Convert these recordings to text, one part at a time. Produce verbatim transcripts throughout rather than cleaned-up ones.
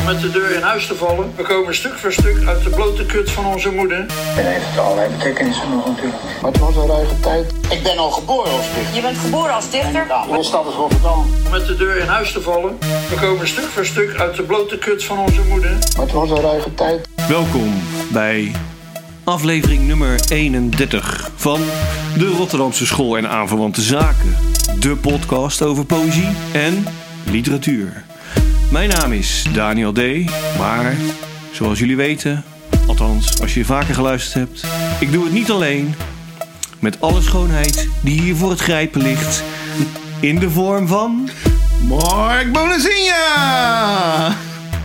om met de deur in huis te vallen. We komen stuk voor stuk uit de blote kut van onze moeder. En heeft allerlei betekenissen nog natuurlijk. Maar het was een ruige tijd. Ik ben al geboren als dichter. Je bent geboren als dichter? Ja, mijn stad is Rotterdam. Om met de deur in huis te vallen. We komen stuk voor stuk uit de blote kut van onze moeder. Maar het was een ruige tijd. Welkom bij aflevering nummer eenendertig van de Rotterdamse School en Aanverwante Zaken. De podcast over poëzie en literatuur. Mijn naam is Daniel D. Maar zoals jullie weten, althans als je vaker geluisterd hebt, ik doe het niet alleen. Met alle schoonheid die hier voor het grijpen ligt. In de vorm van Mark Bonazinha!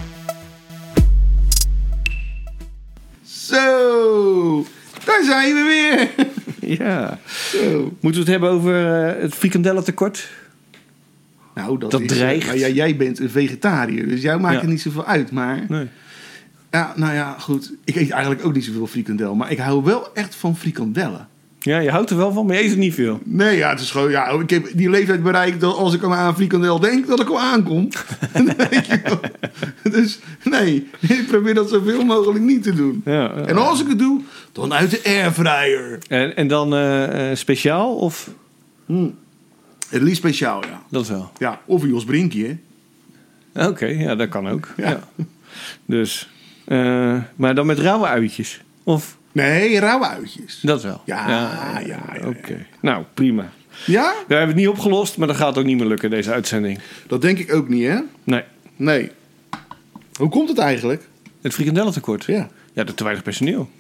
Zo, daar zijn we weer. Ja. Zo. Moeten we het hebben over uh, het frikandellentekort? Nou, dat, dat is, dreigt. Nou, ja, jij bent een vegetariër, dus jou maakt ja. het niet zoveel uit. Maar Nee. ja, nou ja, goed. Ik eet eigenlijk ook niet zoveel frikandel, maar ik hou wel echt van frikandellen. Ja, je houdt er wel van, maar je eet er niet veel. Nee, ja, het is gewoon, ja, ik heb die leeftijd bereikt dat als ik aan frikandel denk, dat ik al aankom. Weet je wel. Dus nee, ik probeer dat zoveel mogelijk niet te doen. Ja, ja. En als ik het doe, dan uit de airfryer. En, en dan uh, uh, speciaal of? Hmm. Het liefst speciaal, ja. Dat wel. Ja, of een Jos Brinkje, hè. Oké, okay, ja, dat kan ook. Ja. Ja. Dus, uh, maar dan met rauwe uitjes? Of? Nee, rauwe uitjes. Dat wel. Ja, ja, ja. ja, ja. Oké, okay. Nou, prima. Ja? We hebben het niet opgelost, maar dat gaat ook niet meer lukken, deze uitzending. Dat denk ik ook niet, hè? Nee. Nee. Hoe komt het eigenlijk? Het frikandellentekort? Ja. Ja, er te weinig personeel.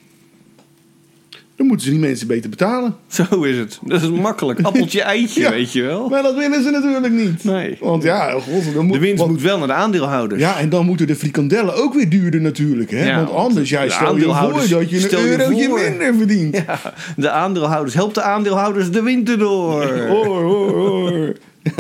Dan moeten ze die mensen beter betalen. Zo is het. Dat is makkelijk. Appeltje, eitje, ja. Weet je wel. Maar dat willen ze natuurlijk niet. Nee. Want ja, god, dan moet, de winst want, moet wel naar de aandeelhouders. Ja, en dan moeten de frikandellen ook weer duurder natuurlijk. Hè? Ja, want anders, ja, stel je voor dat je een eurotje minder verdient. Ja, de aandeelhouders. Help de aandeelhouders de winter door. Hoor, hoor, hoor.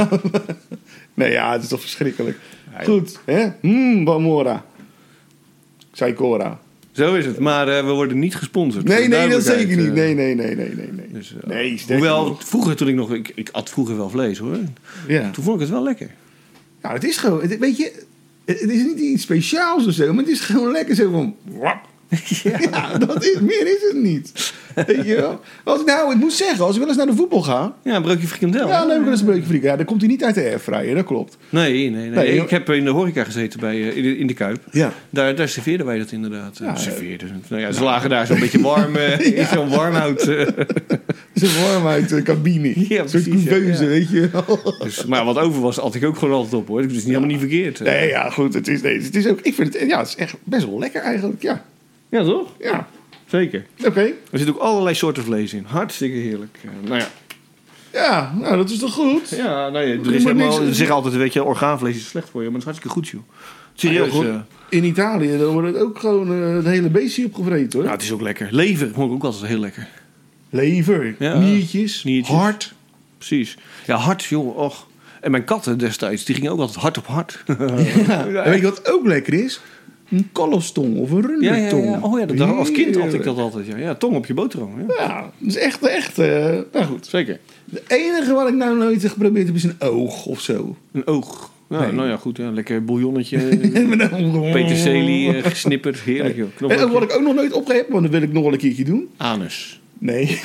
Nee, ja, het is toch verschrikkelijk. Ja, goed, hè? Mmm, Bamora. Zei Cora. Zo is het, maar uh, we worden niet gesponsord. Nee, nee, dat zeker niet. Nee, nee, nee, nee, nee. nee. Dus, uh, nee hoewel, niet. vroeger toen ik nog... Ik, ik at vroeger wel vlees, hoor. Ja. Toen vond ik het wel lekker. Ja, het is gewoon... Het, weet je, het is niet iets speciaals of zo, maar het is gewoon lekker zo van... Ja, ja dat is, meer is het niet. Weet je wel? Als ik nou, ik moet zeggen, als ik wel eens naar de voetbal ga... Ja, een breukje frikandel. Ja, dan heb ik wel eens een breukje frikandel. Ja, dan komt hij niet uit de airfryer, dat klopt. Nee, nee, nee. nee ik heb in de horeca gezeten bij, uh, in, de, in de Kuip. Ja. Daar, daar serveerden wij dat inderdaad. Ja, serveerden. Nou ja, ze lagen daar zo'n beetje warm, uh, in ja. zo'n warmhout. Uh. Zo'n warmhout uh, cabine. Ja, zo'n couveuse, ja. Weet je wel. Dus, maar wat over was, at ik ook gewoon altijd op, hoor. Het is niet ja. helemaal niet verkeerd. Uh. Nee, ja, goed. Het is, nee, het is ook, ik vind het, ja, het is echt best wel lekker eigenlijk, ja. Ja, toch? Ja. Zeker. Oké. Okay. Er zit ook allerlei soorten vlees in. Hartstikke heerlijk. Uh, nou ja. Ja, nou dat is toch goed? Ja, nou ja, er is helemaal, ze zeggen altijd, weet je, orgaanvlees is slecht voor je, maar het is hartstikke goed, joh. Serieus. Ja, uh, in Italië dan wordt het ook gewoon uh, het hele beestje opgevreten, hoor. Nou, het is ook lekker. Lever vond ik ook altijd heel lekker. Lever, ja, niertjes, niertjes, hart. Precies. Ja, hart, joh, och. En mijn katten destijds, die gingen ook altijd hard op hart. Ja. Ja. En weet je wat ook lekker is? Een kalfstong of een rundertong. Ja, ja, ja. Oh ja, dat, als kind had ik dat altijd. Ja, ja, tong op je boterham. Ja, ja dat is echt, echt... Uh, nou goed. Zeker. De enige wat ik nou nooit heb geprobeerd heb is een oog of zo. Een oog? Ja, nee. Nou ja, goed. Ja. Lekker bouillonnetje. nou, peterselie uh, gesnipperd. Heerlijk, joh. Knoflookje. En wat ik ook nog nooit op heb, want dat wil ik nog wel een keertje doen. Anus. Nee.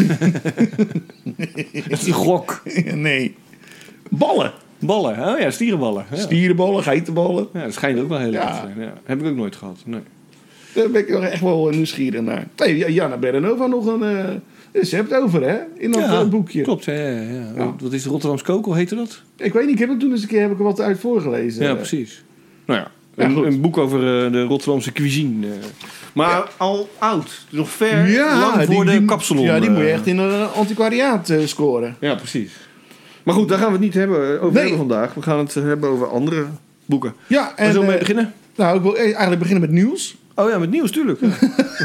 Dat is een gok. Nee. Ballen. Ballen, oh ja, stierenballen. Ja. Stierenballen, geitenballen. Ja, dat schijnt ook wel heel lekker te zijn. Ja. Heb ik ook nooit gehad, nee. Daar ben ik echt wel nieuwsgierig naar. Hey, Jana Berenova nog een uh, recept over, hè? In dat ja, boekje. Klopt, ja, ja, ja. ja. Wat is de Rotterdamse kokel, heette dat? Ik weet niet, ik heb het toen eens een keer heb ik er wat uit voorgelezen. Ja, precies. Nou ja, ja een, een boek over uh, de Rotterdamse cuisine. Uh. Maar ja. al oud, nog ver, ja, lang voor die, de kapsalon. Ja, die moet je echt in een antiquariaat uh, scoren. Ja, precies. Maar goed, daar gaan we het niet hebben over nee. vandaag. We gaan het hebben over andere boeken. Ja, en... Waar zullen we mee uh, beginnen? Nou, ik wil eigenlijk beginnen met nieuws. Oh ja, met nieuws, tuurlijk. Ja.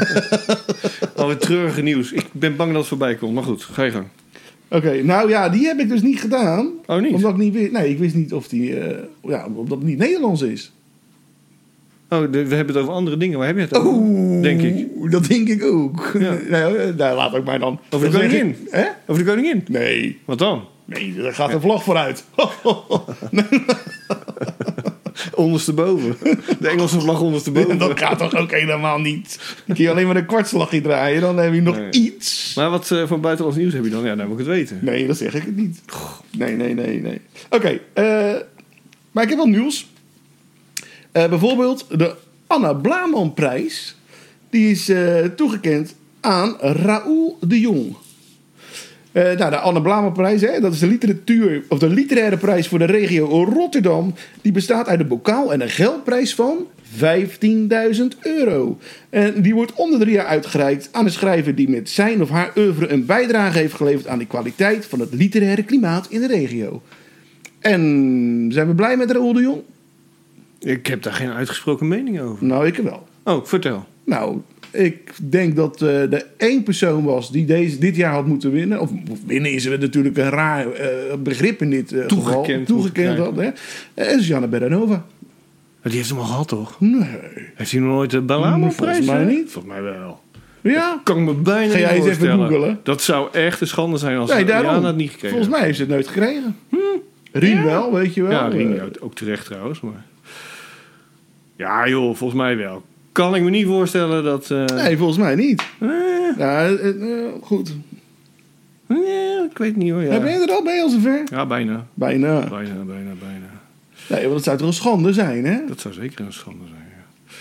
Alweer treurige nieuws. Ik ben bang dat het voorbij komt, maar goed, ga je gang. Oké, okay, nou ja, die heb ik dus niet gedaan. Oh, niet? Omdat ik niet wist... Nee, ik wist niet of die... Uh, ja, omdat het niet Nederlands is. Oh, de, we hebben het over andere dingen. Waar heb je het over? Oh, denk ik. Dat denk ik ook. Ja. Nou, nou, laat ik mij dan... Over de koningin? Hè? Over de koningin? Nee. Wat dan? Nee, daar gaat een vlog vooruit. ondersteboven. De Engelse vlag ondersteboven. Dat gaat toch ook helemaal niet. Dan kun je alleen maar een kwartslagje draaien. Dan heb je nog Nee. iets. Maar wat uh, voor buitenlands nieuws heb je dan? Ja, dan moet ik het weten. Nee, dat zeg ik het niet. Nee, nee, nee, nee. Oké, okay, uh, maar ik heb wel nieuws. Uh, bijvoorbeeld de Anna Blamanprijs. Die is uh, toegekend aan Raoul de Jong. Uh, nou, de Anne Blamanprijs, hè, dat is de literatuur of de literaire prijs voor de regio Rotterdam. Die bestaat uit een bokaal en een geldprijs van vijftienduizend euro. En die wordt om de drie jaar uitgereikt aan een schrijver die met zijn of haar oeuvre een bijdrage heeft geleverd aan de kwaliteit van het literaire klimaat in de regio. En zijn we blij met Raoul de Jong? Ik heb daar geen uitgesproken mening over. Nou, ik wel. Oh, vertel. Nou, ik denk dat uh, er één persoon was die deze, dit jaar had moeten winnen. Of, of winnen is er natuurlijk een raar uh, begrip in dit uh, Toegekend. geval. Toegekend. had, hè? En Susanne Beranova. Die heeft hem al gehad, toch? Nee. Heeft hij nog nooit de Balamo-prijs? Volgens mij niet. Volgens mij wel. Ja? Kan ik me bijna Ga jij niet eens even voorstellen. googlen? Dat zou echt een schande zijn als Nee, daarom. Diana het niet gekregen. Volgens mij heeft ze het nooit gekregen. Hm. Rien ja. wel, weet je wel. Ja, Rien Uh, ook terecht trouwens. Maar... Ja joh, volgens mij wel. Kan ik me niet voorstellen dat... Uh... Nee, volgens mij niet. Eh. Ja, uh, uh, goed. Nee, ik weet het niet hoor. Ja. Ja, ben je er al bij al zover? Ja, bijna. Bijna. Bijna, bijna, bijna. Nee, want dat zou toch een schande zijn, hè? Dat zou zeker een schande zijn, ja.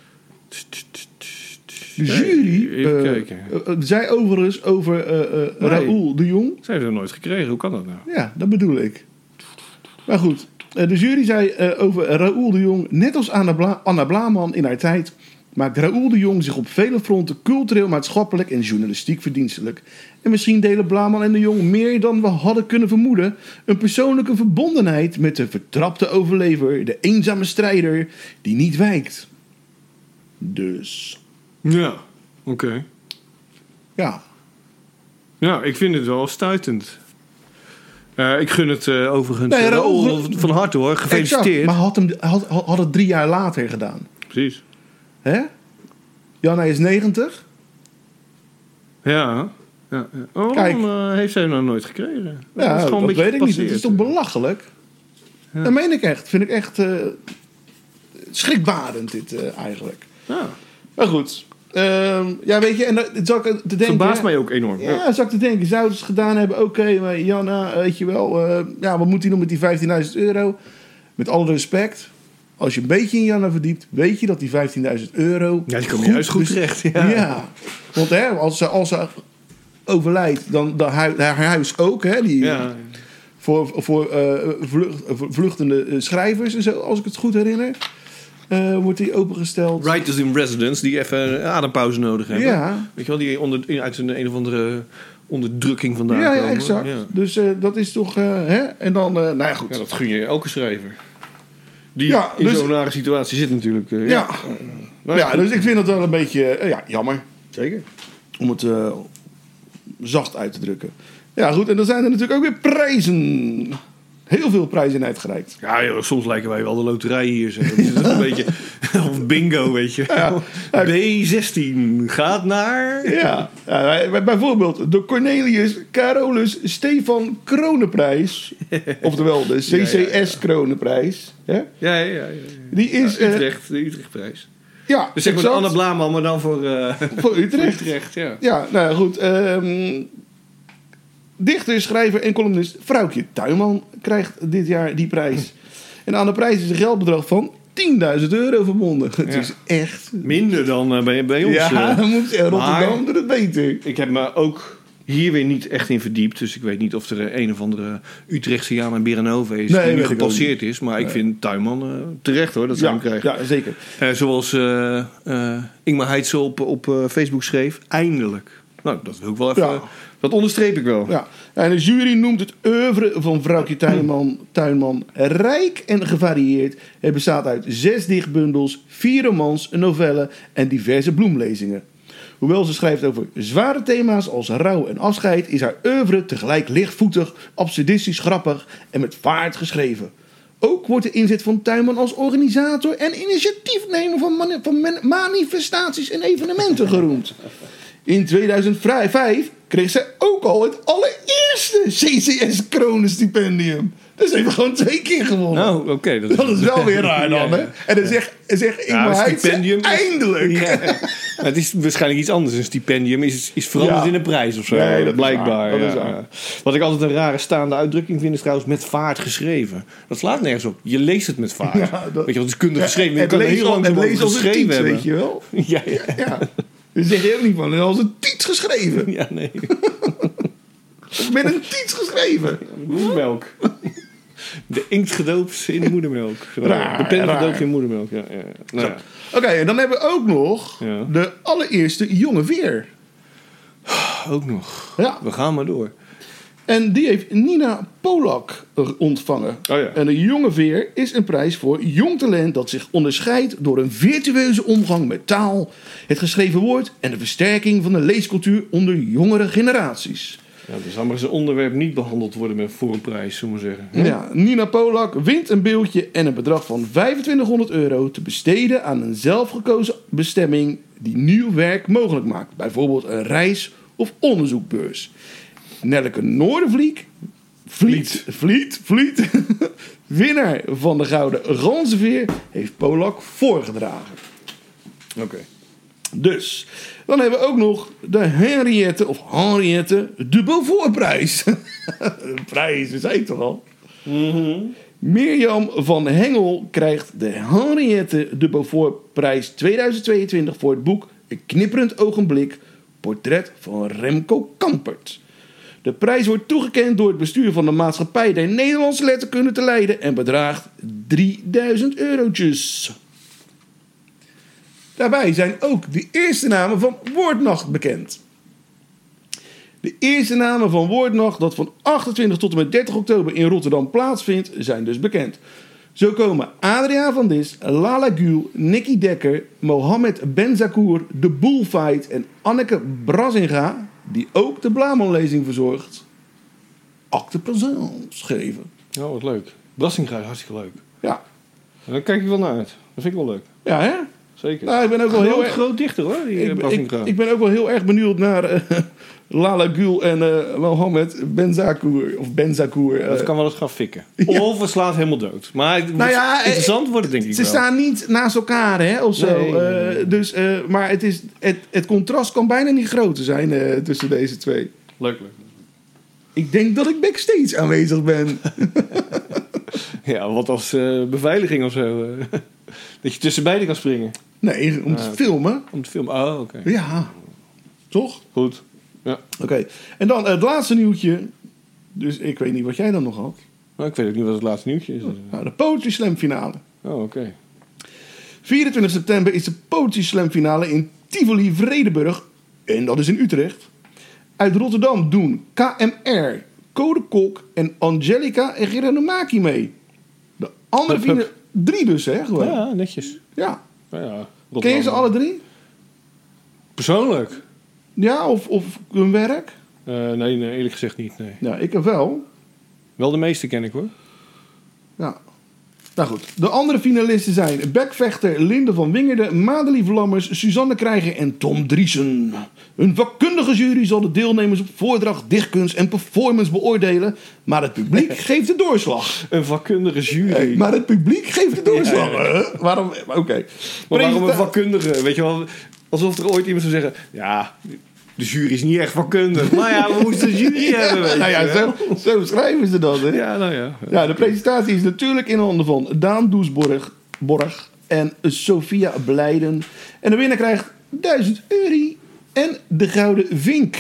De jury Even uh, kijken. uh, uh, zei overigens over uh, uh, Nee. Raoul de Jong. Ze heeft het nooit gekregen. Hoe kan dat nou? Ja, dat bedoel ik. Maar goed, uh, de jury zei uh, over Raoul de Jong... net als Anna, Bla- Anna Blaman in haar tijd... maakt Raoul de Jong zich op vele fronten cultureel, maatschappelijk en journalistiek verdienstelijk. En misschien delen Blaman en de Jong meer dan we hadden kunnen vermoeden. Een persoonlijke verbondenheid met de vertrapte overlever, de eenzame strijder die niet wijkt. Dus, Ja, oké. Okay. ja. Ja, ik vind het wel stuitend. Uh, ik gun het uh, overigens Nee, uh, Raoul- Raoul van harte hoor. Gefeliciteerd. Exact, maar had, hem, had, had het drie jaar later gedaan. Precies. Hè? Jan, hij is negentig. Ja. ja, ja. Waarom Kijk. uh, heeft zij hem nou nooit gekregen? Dat Ja, is gewoon dat een beetje weet ik niet. Het gepasseerd. is toch belachelijk? Ja. Dat meen ik echt. Vind ik echt uh, schrikbarend dit uh, eigenlijk. Ja. Maar goed. Uh, ja, weet je, en dat zou ik te denken... Verbaast ja, mij ook enorm. Ja, zou ik te denken. Zou het gedaan hebben? Oké, okay, maar Janna, weet je wel... Uh, ja, wat moet hij nog met die vijftienduizend euro? Met alle respect... Als je een beetje in Janna verdiept, weet je dat die vijftienduizend euro... Ja, die komt juist goed bes- terecht. Ja. Ja. Want hè, als, ze, als ze overlijdt, dan de hu- haar huis ook. Hè, die, Ja. Voor, voor uh, vlucht, vluchtende schrijvers en zo, als ik het goed herinner. Uh, wordt die opengesteld. Writers in residence die even een adempauze nodig hebben. Ja. Weet je wel, die onder, uit een, een of andere onderdrukking vandaan Ja, ja, komen. exact. Ja. Dus uh, dat is toch... Uh, hè? En dan, uh, nou ja, goed. Ja, dat gun je elke schrijver. Die Ja, in dus- zo'n nare situatie zit natuurlijk. Uh, Ja. ja. Nou, Ja, dus ik vind het wel een beetje uh, ja, jammer. Zeker. Om het uh, zacht uit te drukken. Ja, goed. En dan zijn er natuurlijk ook weer prijzen. Heel veel prijzen uitgereikt. Ja, joh, soms lijken wij wel de loterij hier. Zo. Dat is een beetje... Of bingo, weet je. Ja. B zestien gaat naar... Ja, ja bij- bijvoorbeeld de Cornelius Carolus Stefan Kronenprijs. Oftewel de C C S Ja, ja, ja. Kronenprijs. Hè? Ja, ja, ja. ja. Die is... Ja, eh, Utrecht, de Utrechtprijs. ja, Dus zeg maar de exact. Anne Blaman, maar dan voor, uh, Voor Utrecht. voor Utrecht. Ja. Ja, nou ja, goed. ehm, dichter, schrijver en columnist Vrouwtje Tuinman krijgt dit jaar die prijs. En aan de prijs is een geldbedrag van tienduizend euro verbonden. Het Ja. is echt... Minder dan uh, bij, bij ons. Ja, uh. dan moet in Rotterdam maar- doet het beter. Ik heb me ook hier weer niet echt in verdiept. Dus ik weet niet of er een of andere Utrechtse Jan en Berenhoven is Nee, die nu weet ik ook gepasseerd is. Maar ik vind Tuinman uh, terecht hoor, dat ze Ja, hem krijgen. ja, zeker. Uh, zoals uh, uh, Ingmar Heitzel op, op uh, Facebook schreef. Eindelijk. Nou, dat wil ik wel even... Ja. Dat onderstreep ik wel. Ja. En de jury noemt het oeuvre van Vrouwtje Tuinman, Tuinman rijk en gevarieerd. Het bestaat uit zes dichtbundels, vier romans, een novelle en diverse bloemlezingen. Hoewel ze schrijft over zware thema's als rouw en afscheid, is haar oeuvre tegelijk lichtvoetig, absurdistisch grappig en met vaart geschreven. Ook wordt de inzet van Tuinman als organisator en initiatiefnemer van, mani- van man- manifestaties en evenementen geroemd. In tweeduizend vijf kreeg zij ook al het allereerste C C S-kronenstipendium. Dus heeft gewoon twee keer gewonnen. Nou, oké. Okay, dat, dat is wel weer raar dan, ja, ja. hè? En dan zegt zeg Ingmar ja, Heitse, eindelijk. Ja, ja. Het is waarschijnlijk iets anders. Een stipendium is, is veranderd ja. in een prijs of zo. Nee, dat blijkbaar. Is ja. Ja. Wat ik altijd een rare staande uitdrukking vind is trouwens met vaart geschreven. Dat slaat nergens op. Je leest het met vaart. Ja, dat... Weet je, wat is kundig geschreven. Je kan er heel lang over geschreven tiets, hebben. Weet je wel? Ja, ja. ja. Dan zeg je ook niet van, als een tiets geschreven. Ja, nee. Met een tiets geschreven. Moedermelk. De inkt gedoopt in de moedermelk. Raar, de pen gedoopt in moedermelk. Ja, ja. Nou, ja. Oké, okay, en dan hebben we ook nog ja. de allereerste jonge veer. Ook nog. Ja. We gaan maar door. En die heeft Nina Polak ontvangen. Oh ja. En de jonge veer is een prijs voor jong talent dat zich onderscheidt door een virtueuze omgang met taal, het geschreven woord en de versterking van de leescultuur onder jongere generaties. Ja, dus dan mag zijn onderwerp niet behandeld worden met voor een prijs, zullen we zeggen. Hm? Ja, Nina Polak wint een beeldje en een bedrag van vijfentwintighonderd euro te besteden aan een zelfgekozen bestemming die nieuw werk mogelijk maakt. Bijvoorbeeld een reis- of onderzoekbeurs. Nelleke Noordervliet, Vliet, Vliet, Vliet, winnaar van de Gouden Ganzenveer, heeft Polak voorgedragen. Oké. Okay. Dus, dan hebben we ook nog de Henriette, of Henriette de Beaufortprijs. Prijs, dat zei ik toch al? Mm-hmm. Mirjam van Hengel krijgt de Henriette de Beaufortprijs tweeduizend tweeëntwintig voor het boek Een knipperend ogenblik, portret van Remco Kampert. De prijs wordt toegekend door het bestuur van de Maatschappij der Nederlandse Letterkunde te Leiden en bedraagt drieduizend eurotjes. Daarbij zijn ook de eerste namen van Woordnacht bekend. De eerste namen van Woordnacht dat van achtentwintig tot en met dertig oktober in Rotterdam plaatsvindt, zijn dus bekend. Zo komen Adriaan van Dis, Lala Gül, Nicky Dekker, Mohammed Benzakour, De Bullfight en Anneke Brazinga, die ook de Blamanlezing verzorgt, acte présence geven. Oh, wat leuk. Brazinga is hartstikke leuk. Ja. En daar kijk ik wel naar uit. Dat vind ik wel leuk. Ja, hè? Zeker. Nou, ik ben ook wel groot, heel erg... groot dichter hoor, die ik, ik, ik ben ook wel heel erg benieuwd naar uh, Lala Gül en uh, Mohammed Benzakour. Of Benzakour. Uh. Dat kan wel eens gaan fikken. Ja. Of het slaat helemaal dood. Maar het nou ja, interessant wordt het denk ik ze wel. Ze staan niet naast elkaar, hè, of zo. Nee, nee, nee, nee. Uh, dus, uh, maar het, is, het, het contrast kan bijna niet groter zijn uh, tussen deze twee. Leuk, leuk. Ik denk dat ik backstage aanwezig ben. Ja, wat als uh, beveiliging of zo. Uh, dat je tussen beiden kan springen. Nee, om te ah, filmen. Om te filmen, oh, oké. Okay. Ja, toch? Goed. Ja. Oké, okay. En dan het laatste nieuwtje. Dus ik weet niet wat jij dan nog had. Nou, ik weet ook niet wat het laatste nieuwtje is. Nou, de Poetry Slam finale. Oh, oké. Okay. vierentwintig september is de Poetry Slam finale in Tivoli Vredenburg. En dat is in Utrecht. Uit Rotterdam doen K M R, Code Kok en Angelica Geronomaki mee. De andere vinden drie dus, hè? Gewoon. Ja, netjes. Ja. Ja, ja. Ken je ze alle drie? Persoonlijk? Ja, of, of hun werk? Uh, nee, nee, eerlijk gezegd niet, nee. Ja, ik wel. Wel de meeste ken ik, hoor. Ja. Nou goed, de andere finalisten zijn bekvechter Linde van Wingerden, Madelief Lammers, Suzanne Krijger en Tom Driesen. Een vakkundige jury zal de deelnemers op voordracht, dichtkunst en performance beoordelen, maar het publiek geeft de doorslag. Een vakkundige jury? Hey, maar het publiek geeft de doorslag. Ja, ja, ja. Waarom? Oké. Okay. Maar waarom een vakkundige? Weet je wel, alsof er ooit iemand zou zeggen, ja... De jury is niet echt vakkundig. Maar ja, we moesten een jury hebben. Weet je. Nou ja, zo, zo schrijven ze dat. Hè? Ja, nou ja. Ja, de presentatie is natuurlijk in handen van Daan Doesborg Borg en Sophia Blijden. En de winnaar krijgt duizend euro en de Gouden Vink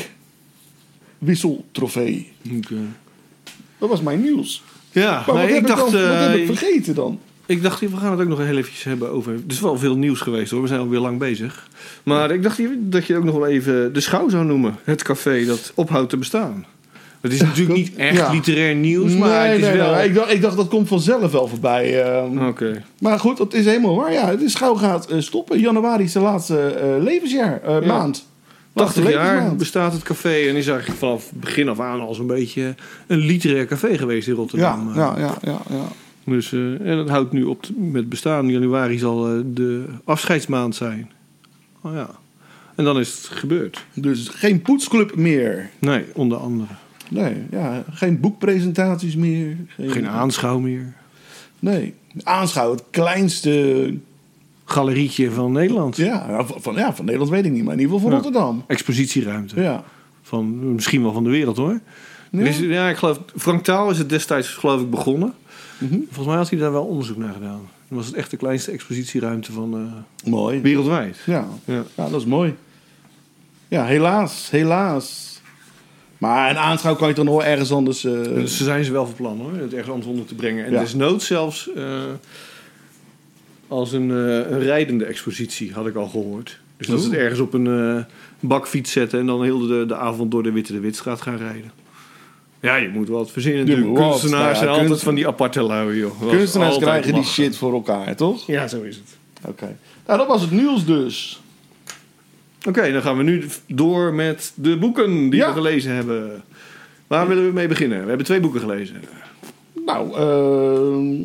wisseltrofee. Okay. Dat was mijn nieuws. Ja, maar nee, wat, ik heb, dacht, ik dan, wat uh, heb ik vergeten dan? Ik dacht, we gaan het ook nog heel eventjes hebben over... Er is wel veel nieuws geweest hoor, we zijn alweer lang bezig. Maar ik dacht dat je ook nog wel even de Schouw zou noemen. Het café dat ophoudt te bestaan. Het is natuurlijk niet echt ja. literair nieuws, maar nee, het is nee, wel... Nee, ik, dacht, ik dacht dat komt vanzelf wel voorbij. Um, Oké. Okay. Maar goed, dat is helemaal waar. Ja, de Schouw gaat uh, stoppen. Januari is de laatste uh, levensjaar, uh, ja. maand. tachtig jaar bestaat het café en is eigenlijk vanaf begin af aan al zo'n beetje een literair café geweest in Rotterdam. Ja, ja, ja, ja. ja. Dus, uh, en dat houdt nu op met bestaan. Januari zal uh, de afscheidsmaand zijn. Oh ja. En dan is het gebeurd. Dus geen poetsclub meer. Nee, onder andere. Nee, ja, geen boekpresentaties meer. Geen, Geen aanschouw meer. Nee, aanschouw, het kleinste... Galerietje van Nederland. Ja, van, ja, van Nederland weet ik niet, maar in ieder geval van Ja. Rotterdam. Expositieruimte. Ja. Van misschien wel van de wereld hoor. Ja. Er is, ja, ik geloof, Frank Taal is het destijds geloof ik begonnen. Mhm. Volgens mij had hij daar wel onderzoek naar gedaan. Dan was het echt de kleinste expositieruimte van uh, Mooi. wereldwijd. Ja. Ja. Ja, dat is mooi. Ja, helaas, helaas. Maar een aanschouw kan je toch nog wel ergens anders... Uh... Dus ze zijn ze wel van plan hoor, het ergens anders onder te brengen. En Ja. desnoods zelfs uh, als een, uh, een rijdende expositie, had ik al gehoord. Dus dat ze het Oeh. ergens op een uh, bakfiets zetten en dan heel de, de avond door de Witte de Witstraat gaan rijden. Ja, je moet wel wat verzinnen. Je Natuurlijk. moet wat. Kunstenaars Nou ja, zijn altijd kunst- van die aparte lui, joh. Dat is Kunstenaars altijd krijgen die lachen. shit voor elkaar, toch? Ja, zo is het. Oké. Nou, dat was het nieuws dus. Oké, okay, dan gaan we nu door met de boeken die Ja. we gelezen hebben. Waar willen we mee beginnen? We hebben twee boeken gelezen. Nou, uh,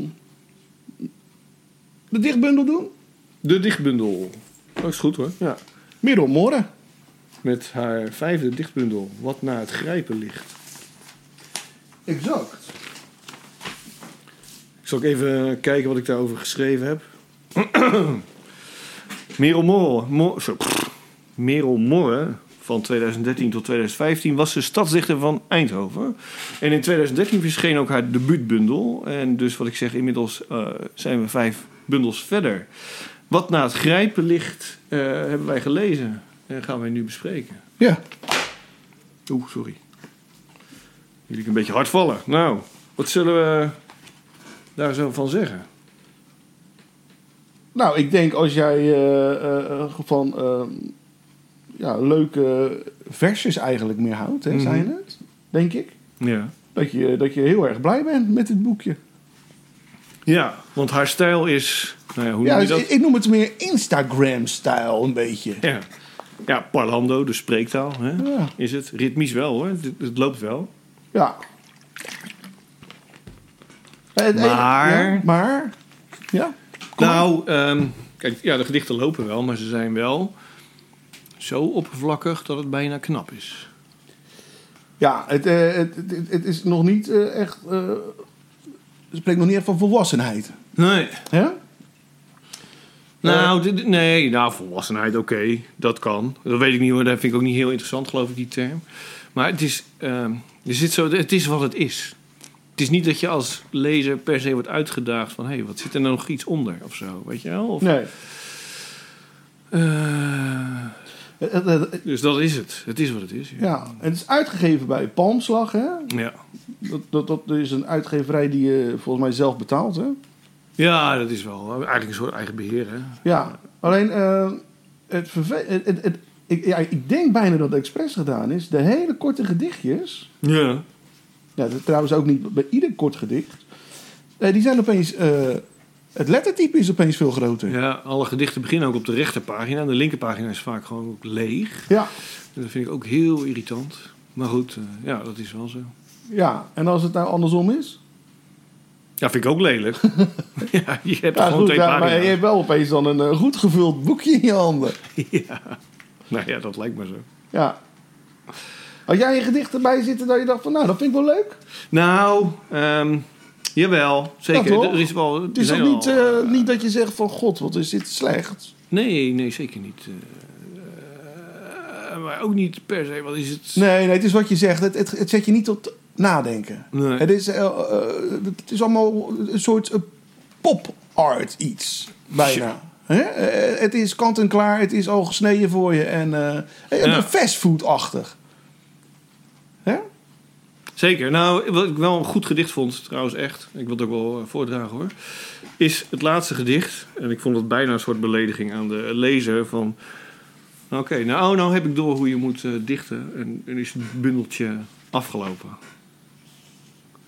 de dichtbundel doen? De dichtbundel. Dat is goed hoor. Ja. Middelmorgen. Met haar vijfde dichtbundel. Wat naar het grijpen ligt. Exact. Ik zal ook even kijken wat ik daarover geschreven heb. Merel Morre, Mor, zo, pff, Merel Morre van tweeduizend dertien tot tweeduizend vijftien was de stadsdichter van Eindhoven. En in tweeduizend dertien verscheen ook haar debuutbundel. En dus wat ik zeg, inmiddels uh, zijn we vijf bundels verder. Wat naar het grijpen ligt, uh, hebben wij gelezen. En gaan wij nu bespreken. Ja. Oeh, sorry. Jullie een beetje hard vallen. Nou, wat zullen we daar zo van zeggen? Nou, ik denk als jij uh, uh, van uh, ja, leuke versjes eigenlijk meer houdt, hè, Mhm. zijn het? Denk ik. Ja. Dat je, dat je heel erg blij bent met dit boekje. Ja, want haar stijl is... Nou ja, hoe Ja, noem je dus dat? ik, ik noem het meer Instagram-stijl een beetje. Ja. Ja, parlando, dus spreektaal. Hè? Ja. Is het. Ritmisch wel hoor. Het, het loopt wel. Ja. Eh, eh, Maar- Ja, maar... Ja. Kom maar. Nou, um, kijk, ja, de gedichten lopen wel, maar ze zijn wel zo oppervlakkig dat het bijna knap is. Ja, het, uh, het, het, het is nog niet uh, echt... Uh, het spreekt nog niet echt van volwassenheid. Nee. Hè? Nou, dit- nee, nou, volwassenheid, oké, okay, dat kan. Dat weet ik niet hoor, dat vind ik ook niet heel interessant, geloof ik, die term. Maar het is, um, je zit zo, het is wat het is. Het is niet dat je als lezer per se wordt uitgedaagd van... hé, hey, wat zit er nou nog iets onder of zo, weet je wel? Of, Nee. uh, Het, het, het, dus dat is het. Het is wat het is. Ja. ja, het is uitgegeven bij Palmslag, hè? Ja, Dat, dat, dat is een uitgeverij die je volgens mij zelf betaalt, hè? ja dat is wel eigenlijk een soort eigen beheer, hè? Ja, alleen uh, het verve- het, het, het, ik, ja, ik denk bijna dat het expres gedaan is. De hele korte gedichtjes... Ja. Ja, dat trouwens ook niet bij ieder kort gedicht. Uh, die zijn opeens... Uh, het lettertype is opeens veel groter. Ja, alle gedichten beginnen ook op de rechterpagina. En de linkerpagina is vaak gewoon ook leeg. Ja, En dat vind ik ook heel irritant. Maar goed, uh, ja, dat is wel zo. ja. En als het nou andersom is? Ja, vind ik ook lelijk. ja, je hebt Ja, gewoon goed, twee ja, maar pagina's. je hebt wel opeens dan een uh, goed gevuld boekje in je handen. ja. Nou ja, dat lijkt me zo. Ja. Had jij een gedicht erbij zitten dat je dacht van... Nou, dat vind ik wel leuk. Nou, um, jawel, zeker. Ja, toch? er is wel, Het is er ook zijn niet, wel, uh, niet dat je zegt van... God, wat is dit slecht. Nee, nee, zeker niet. Uh, uh, maar ook niet per se, wat is het? Nee, nee, het is wat je zegt. Het, het, het zet je niet tot nadenken. Nee. Het, is, uh, uh, het is allemaal een soort uh, pop-art iets. Bijna. Hè? Uh, het is kant en klaar. Het is al gesneden voor je. En uh, Ja. fastfood-achtig. Hè? Zeker. Nou, wat ik wel een goed gedicht vond, trouwens echt, ik wil het ook wel uh, voordragen hoor, is het laatste gedicht. En ik vond het bijna een soort belediging aan de lezer van... Oké, okay, nou, nou heb ik door hoe je moet uh, dichten en, en is het bundeltje afgelopen.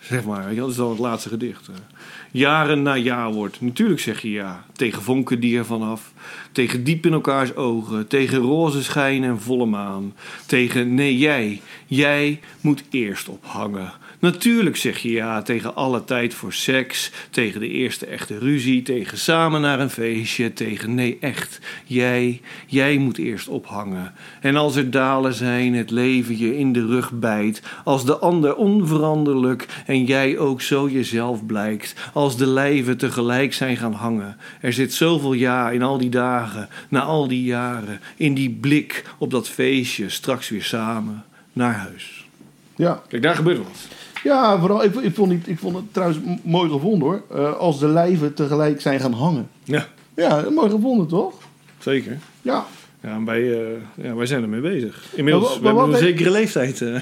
Zeg maar, weet je, dat is dan het laatste gedicht. Jaren na jaarwoord. Natuurlijk zeg je ja. Tegen vonken die er vanaf. Tegen diep in elkaars ogen. Tegen roze schijn en volle maan. Tegen nee, jij. Jij moet eerst ophangen. Natuurlijk zeg je ja tegen alle tijd voor seks. Tegen de eerste echte ruzie. Tegen samen naar een feestje. Tegen nee, echt. Jij, jij moet eerst ophangen. En als er dalen zijn, het leven je in de rug bijt. Als de ander onveranderlijk en jij ook zo jezelf blijkt. Als de lijven tegelijk zijn gaan hangen. Er zit zoveel ja in al die dagen. Na al die jaren. In die blik op dat feestje. Straks weer samen naar huis. Ja. Kijk, daar gebeurt wat. Ja, vooral, ik, ik, vond het, ik vond het trouwens m- mooi gevonden hoor. Uh, als de lijven tegelijk zijn gaan hangen. Ja, Ja, mooi gevonden toch? zeker. Ja. Ja, en wij, uh, ja, wij zijn ermee bezig. Inmiddels Maar wa- we hebben maar een wat zekere leeftijd. Uh.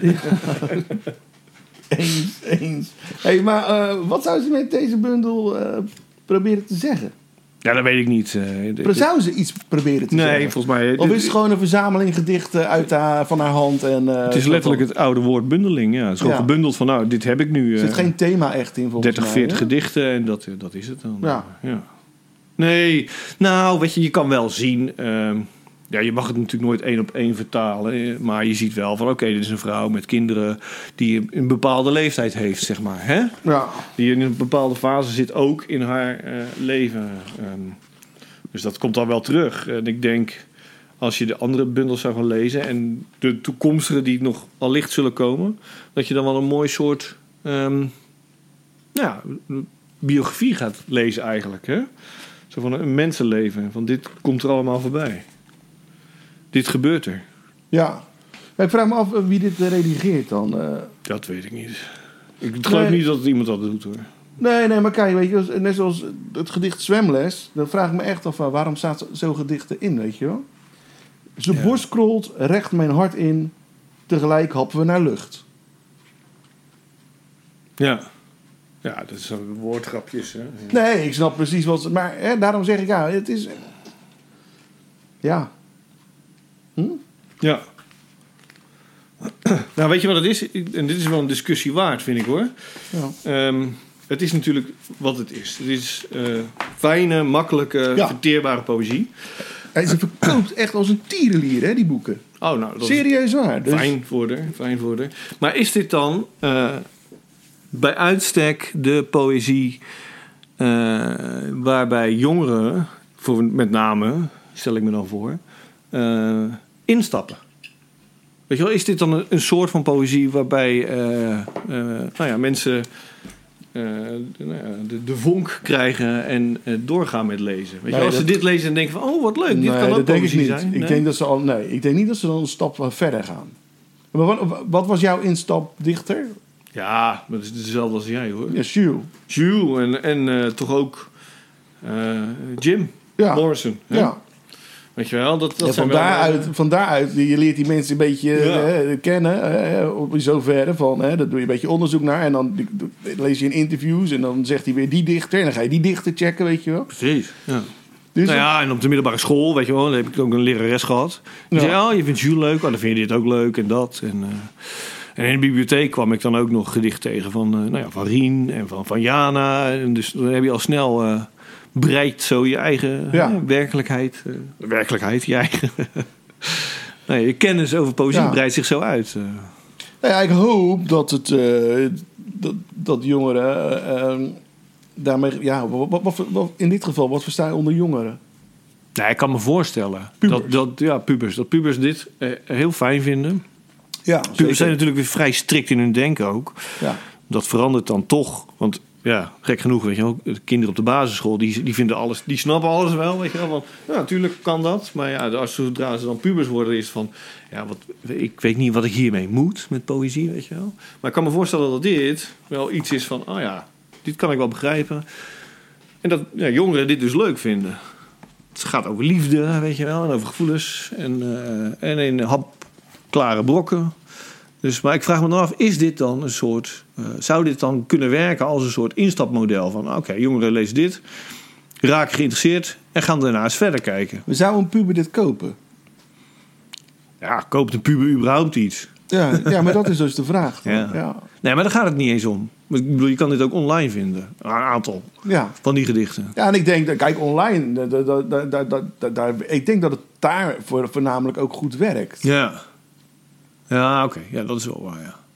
Eens, eens. Hey, maar uh, wat zou ze met deze bundel uh, proberen te zeggen? Ja, dat weet ik niet. Uh, d- Zou ze iets proberen te nee, zeggen? volgens mij... Of dit- is het gewoon een verzameling gedichten uit haar, van haar hand? En, uh, het is letterlijk het oude woord bundeling. Ja. Het is gewoon Ja. gebundeld van, nou, dit heb ik nu. Er Uh, zit geen thema echt in volgens dertig, mij. veertig hè? gedichten en dat, uh, dat is het dan. Ja. ja. Nee, nou, weet je, je kan wel zien... Uh, ja, je mag het natuurlijk nooit één op één vertalen. Maar je ziet wel van, oké, okay, dit is een vrouw met kinderen... die een bepaalde leeftijd heeft, zeg maar. Hè? Ja. Die in een bepaalde fase zit ook in haar uh, leven. Um, dus dat komt dan wel terug. En ik denk, als je de andere bundels zou gaan lezen... en de toekomstige die nog allicht zullen komen... dat je dan wel een mooi soort um, ja, biografie gaat lezen eigenlijk. Hè? Zo van een mensenleven. Van dit komt er allemaal voorbij. Dit gebeurt er. Ja. Maar ik vraag me af uh, wie dit uh, redigeert dan. Uh, Dat weet ik niet. Ik geloof Nee. niet dat iemand dat doet, hoor. Nee, nee, maar kijk, weet je, als- net zoals het gedicht Zwemles, dan vraag ik me echt af, van, waarom staat zo- zo'n gedicht erin, weet je wel? Ze Ja. borst krolt, recht mijn hart in, tegelijk happen we naar lucht. Ja. Ja, dat zijn woordgrapjes, hè. Ja. Nee, ik snap precies wat ze... Maar hè, daarom zeg ik, ja, het is... Ja. Hm? Ja. Nou, weet je wat het is? En dit is wel een discussie waard, vind ik, hoor. Ja. Um, het is natuurlijk wat het is. Het is uh, fijne, makkelijke, Ja. verteerbare poëzie. En ze verkoopt echt als een tierenlier, hè, die boeken. Oh, nou, dat Serieus waar. is Dus, fijn voor haar. Fijn voor haar. Maar is dit dan uh, bij uitstek de poëzie uh, waarbij jongeren, voor, met name, stel ik me dan voor, uh, instappen? Weet je wel, is dit dan een, een soort van poëzie waarbij uh, uh, nou ja, mensen uh, de, nou ja, de, de vonk krijgen en uh, doorgaan met lezen? Weet je Nee, wel, als ze dat- dit lezen en denken van, oh wat leuk, dit nee, kan ook dat denk ik poëzie niet. zijn. Ik, Nee? denk dat ze al, nee, ik denk niet dat ze dan een stap verder gaan. Maar wat, wat was jouw instapdichter? Ja, dat is hetzelfde als jij, hoor. Ja, Jules. Jules en, en uh, toch ook uh, Jim Ja. Morrison. Hè? Ja. Weet je wel, dat, dat Ja, zijn van, wel... daaruit, van daaruit, je leert die mensen een beetje Ja. eh, kennen, eh, op zoverre van, hè, daar doe je een beetje onderzoek naar en dan lees je in interviews en dan zegt hij weer die dichter en dan ga je die dichter checken, weet je wel. Precies, ja. Dus Nou ja, en op de middelbare school, weet je wel, daar heb ik ook een lerares gehad. Die Ja. zei, oh, je vindt Jules leuk, oh, dan vind je dit ook leuk en dat. En, uh, en in de bibliotheek kwam ik dan ook nog gedicht tegen van, uh, nou ja, van Rien en van, van Jana. En dus dan heb je al snel uh, breidt zo je eigen Ja. uh, werkelijkheid, uh, werkelijkheid, je eigen... nee, je kennis over poëzie Ja. breidt zich zo uit. Uh. Nou ja, ik hoop dat het uh, dat, dat jongeren uh, uh, daarmee, ja, wat, wat, wat, wat, in dit geval, wat versta je onder jongeren? Nou, ik kan me voorstellen Pubers. dat, dat, ja, pubers, dat pubers dit uh, heel fijn vinden. Ja, Pubers zijn natuurlijk weer vrij strikt in hun denken ook. Ja. Dat verandert dan toch. Want ja, gek genoeg, weet je wel. De kinderen op de basisschool, die, die vinden alles, die snappen alles wel, weet je wel. Want, ja, natuurlijk kan dat. Maar ja, als zodra ze dan pubers worden, is het van... Ja, wat, ik weet niet wat ik hiermee moet met poëzie, weet je wel. Maar ik kan me voorstellen dat dit wel iets is van... Oh ja, dit kan ik wel begrijpen. En dat ja, jongeren dit dus leuk vinden. Het gaat over liefde, weet je wel. En over gevoelens. En, uh, en in hapklare brokken. Dus, maar ik vraag me dan af, is dit dan een soort... Uh, zou dit dan kunnen werken als een soort instapmodel? Van oké, okay, jongeren lezen dit, raken geïnteresseerd... en gaan daarna eens verder kijken. We zouden een puber dit kopen. Ja, koopt een puber überhaupt iets? Ja, ja, maar dat is dus de vraag. Ja. Ja. Nee, maar daar gaat het niet eens om. Ik bedoel, je kan dit ook online vinden. Een aantal Ja. van die gedichten. Ja, en ik denk, kijk, online, da, da, da, da, da, da, daar, ik denk dat het daar voor, voornamelijk ook goed werkt. Ja. Ja, oké. Okay. Ja, dat is wel waar, ja.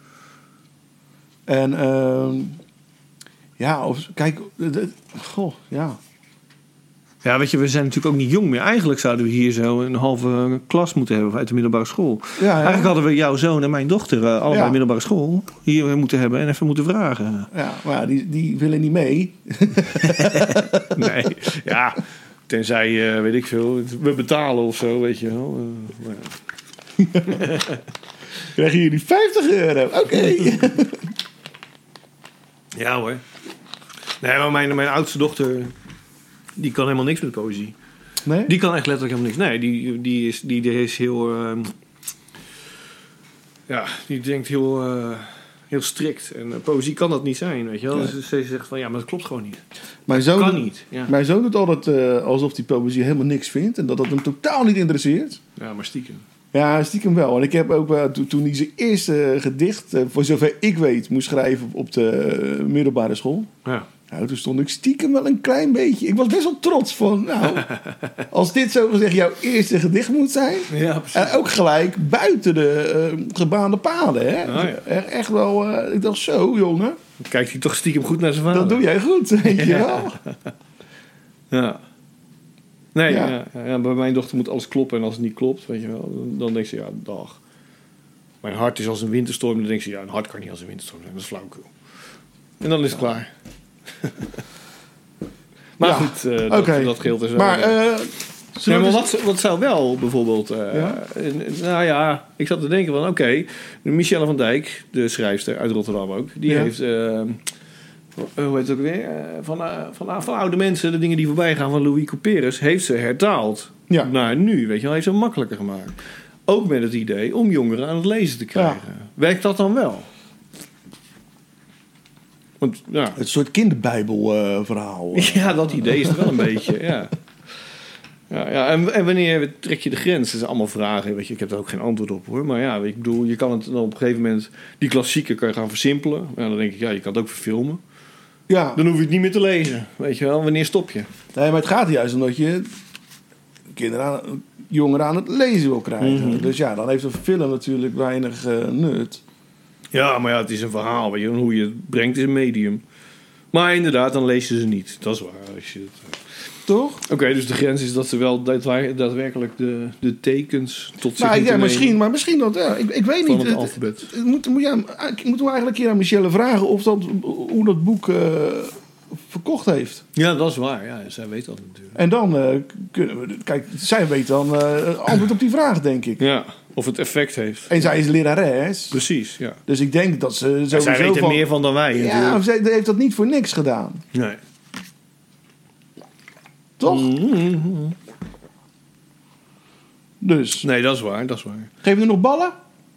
En, uh, ja, of, kijk, de, goh, ja. Ja, weet je, we zijn natuurlijk ook niet jong meer. Eigenlijk zouden we hier zo een halve klas moeten hebben uit de middelbare school. Ja, ja. Eigenlijk hadden we jouw zoon en mijn dochter uh, allebei ja. middelbare school hier moeten hebben en even moeten vragen. Ja, maar ja, die, die willen niet mee. Nee, ja, tenzij, uh, weet ik veel, we betalen of zo, weet je wel. Uh, ja. Krijgen jullie vijftig euro? Oké. Okay. Ja hoor. Nee, maar mijn, mijn oudste dochter, die kan helemaal niks met poëzie. Nee? Die kan echt letterlijk helemaal niks. Nee, die, die, is, die, die is heel... Uh, ja, die denkt heel, uh, heel strikt. En uh, poëzie kan dat niet zijn, weet je wel. Ja. Dus ze zegt van, ja, maar dat klopt gewoon niet. Mijn zoon kan doet, niet. Ja. Mijn zoon doet altijd uh, alsof hij poëzie helemaal niks vindt. En dat dat hem totaal niet interesseert. Ja, maar stiekem. Ja, stiekem wel. En ik heb ook, uh, to, toen hij zijn eerste gedicht, uh, voor zover ik weet, moest schrijven op de uh, middelbare school. Ja. Nou, toen stond ik stiekem wel een klein beetje... Ik was best wel trots van... Nou, als dit zo gezegd jouw eerste gedicht moet zijn... Ja, precies. En ook gelijk buiten de uh, gebaande paden. Hè? Oh, ja. Echt, echt wel... Uh, ik dacht, zo jongen. Dan kijkt hij toch stiekem goed naar zijn vader. Dat doe jij goed, weet je ja. wel. Ja. Nee, ja. Ja, ja, bij mijn dochter moet alles kloppen. En als het niet klopt, weet je wel... Dan, dan denkt ze, ja, dag. Mijn hart is als een winterstorm. Dan denkt ze, ja, een hart kan niet als een winterstorm zijn. Dat is flauwkul. En dan is het ja. klaar. Maar ja. goed, uh, dat, okay. dat geldt dus wel. Maar, uh, ja, maar wat, wat zou wel bijvoorbeeld... Uh, ja? Nou ja, ik zat te denken van... Oké, okay, Michelle van Dijk, de schrijfster uit Rotterdam ook... Die ja. heeft... Uh, hoe heet het ook weer? Uh, van, uh, van, uh, van oude mensen, de dingen die voorbij gaan van Louis Couperus... heeft ze hertaald ja. naar nu, weet je wel. Heeft ze makkelijker gemaakt. Ook met het idee om jongeren aan het lezen te krijgen. Ja. Werkt dat dan wel? Want, ja. Het soort kinderbijbelverhaal. Uh, uh. Ja, dat idee is er wel een beetje, ja. Ja, ja. En, en wanneer trek je de grens? Dat zijn allemaal vragen, weet je. Ik heb er ook geen antwoord op, hoor. Maar ja, ik bedoel, je kan het dan op een gegeven moment... Die klassieken kan je gaan versimpelen. Ja, dan denk ik, ja, je kan het ook verfilmen. Ja. Dan hoef je het niet meer te lezen, weet je wel. Wanneer stop je? Nee, maar het gaat juist omdat je kinderen aan, jongeren aan het lezen wil krijgen. Mm-hmm. Dus ja, dan heeft een film natuurlijk weinig uh, nut. Ja, maar ja, het is een verhaal, weet je. Hoe je het brengt is een medium. Maar inderdaad, dan lees je ze niet. Dat is waar. Als je het... Toch? Oké, okay, dus de grens is dat ze wel daadwerkelijk de, de tekens tot zich nou, moeten ja, misschien, maar misschien dat... Ja, ik, ik weet van niet. het alfabet. Het, het, moet, moet, ja, moeten we eigenlijk een keer aan Michelle vragen... of dat, hoe dat boek uh, verkocht heeft. Ja, dat is waar. Ja, zij weet dat natuurlijk. En dan uh, kunnen we... Kijk, zij weet dan uh, antwoord op die vraag, denk ik. Ja, of het effect heeft. En zij is lerares. Precies, ja. Dus ik denk dat ze sowieso... Zij weet er van, meer van dan wij. Ja, zij heeft dat niet voor niks gedaan. Nee. Toch? Mm-hmm. Dus. Nee, dat is waar, dat is waar. Geven we nog ballen?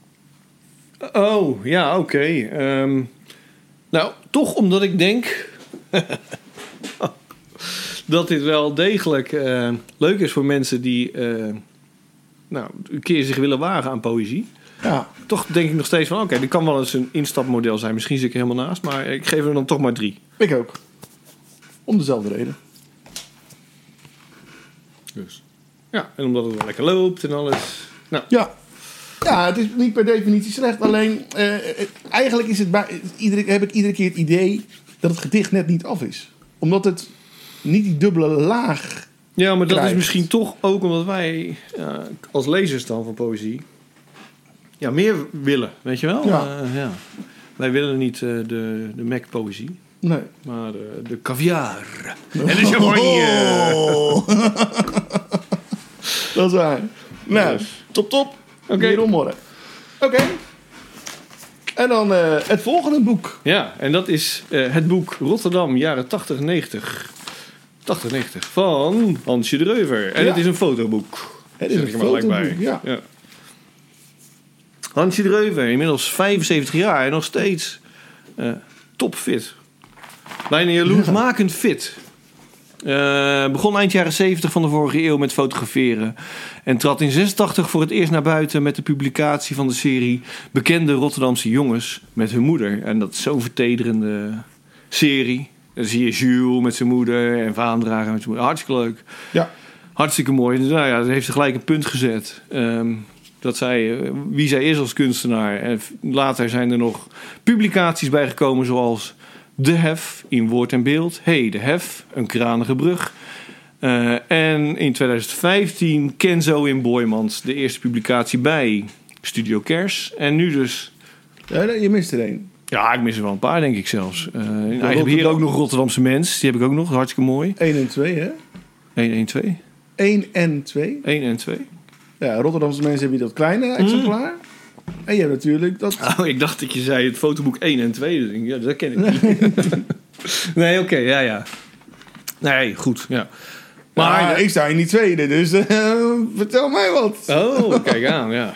Oh, ja, oké. Okay. Um, nou, toch omdat ik denk... dat dit wel degelijk uh, leuk is voor mensen die... Uh, nou, een keer zich willen wagen aan poëzie. Ja. Toch denk ik nog steeds van... Oké, okay, dit kan wel eens een instapmodel zijn. Misschien zit ik er helemaal naast. Maar ik geef er dan toch maar drie. Ik ook. Om dezelfde reden. Dus. Ja, en omdat het wel lekker loopt en alles. Nou. Ja. Ja, het is niet per definitie slecht. Alleen, uh, eigenlijk is het bij, iedere, heb ik iedere keer het idee dat het gedicht net niet af is. Omdat het niet die dubbele laag Ja, maar dat krijgt. is misschien toch ook omdat wij ja, als lezers dan van poëzie ja, meer willen, weet je wel? Ja. Uh, ja. Wij willen niet uh, de, de Mac-poëzie. Nee. Maar de, de caviar. En de champagne. Oh. Dat is waar. Nou, yes. top top. Oké. Okay. Oké. Okay. En dan uh, het volgende boek. Ja, en dat is uh, het boek Rotterdam, jaren tachtig negentig. tachtig negentig van Hansje de Reuver. En ja. Het is een fotoboek. Het is zeg een fotoboek, ja. ja. Hansje de Reuver, inmiddels vijfenzeventig jaar en nog steeds uh, topfit. Bijna jaloersmakend fit. Uh, begon eind jaren zeventig van de vorige eeuw met fotograferen. En trad in zesentachtig voor het eerst naar buiten met de publicatie van de serie Bekende Rotterdamse jongens met hun moeder. En dat is zo'n vertederende serie. Dan zie je Jules met zijn moeder en Vaandrager met zijn moeder. Hartstikke leuk. Ja. Hartstikke mooi. Nou ja, dat heeft ze gelijk een punt gezet. Um, dat zij, uh, wie zij is als kunstenaar. En later zijn er nog publicaties bijgekomen zoals De Hef in woord en beeld. Hey, De Hef, een kranige brug. Uh, en in twintig vijftien Kenzo in Boijmans. De eerste publicatie bij Studio Kers. En nu dus... Ja, je mist er één. Ja, ik mis er wel een paar, denk ik zelfs. Uh, nou, ik heb hier ook nog Rotterdamse Mens. Die heb ik ook nog. Hartstikke mooi. één en twee, hè? één en twee. één en twee. één en twee. Ja, Rotterdamse Mensen heb je dat kleine exemplaar. Mm. En je hebt natuurlijk dat... Oh, ik dacht dat je zei het fotoboek één en twee. Dus ja, dat ken ik niet. Nee, oké, okay, ja, ja. Nee, goed, ja. Maar ja, ik sta in die tweede, dus uh, vertel mij wat. Oh, kijk aan, ja.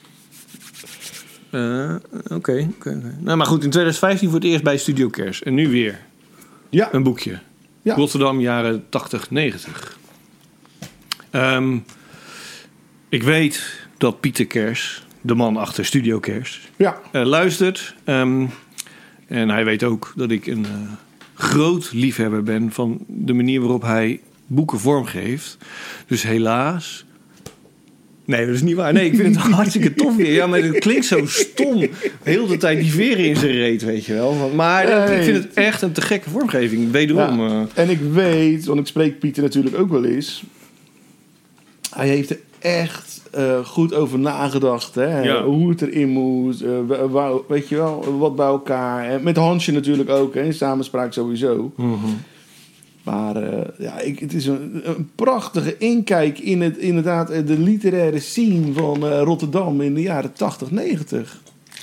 Uh, Oké, okay, okay. Nou, maar goed, in twintig vijftien voor het eerst bij Studio Kers. En nu weer ja. een boekje. Ja. Rotterdam, jaren tachtig, negentig. Um, ik weet dat Pieter Kers, de man achter Studio Kers, ja. uh, luistert. Um, en hij weet ook dat ik een uh, groot liefhebber ben van de manier waarop hij boeken vormgeeft. Dus helaas... Nee, dat is niet waar. Nee, ik vind het hartstikke tof weer. Ja, maar het klinkt zo stom. Heel de tijd die veren in zijn reet, weet je wel. Maar nee, ik vind het echt een te gekke vormgeving. Wederom. Ja, en ik weet, want ik spreek Pieter natuurlijk ook wel eens. Hij heeft er echt uh, goed over nagedacht. Hè? Ja. Hoe het erin moet. Uh, waar, weet je wel, wat bij elkaar. En met Hansje natuurlijk ook. Hè? In samenspraak sowieso. Mm-hmm. Maar uh, ja, ik, het is een, een prachtige inkijk in het, inderdaad de literaire scene van uh, Rotterdam in de jaren tachtig, negentig.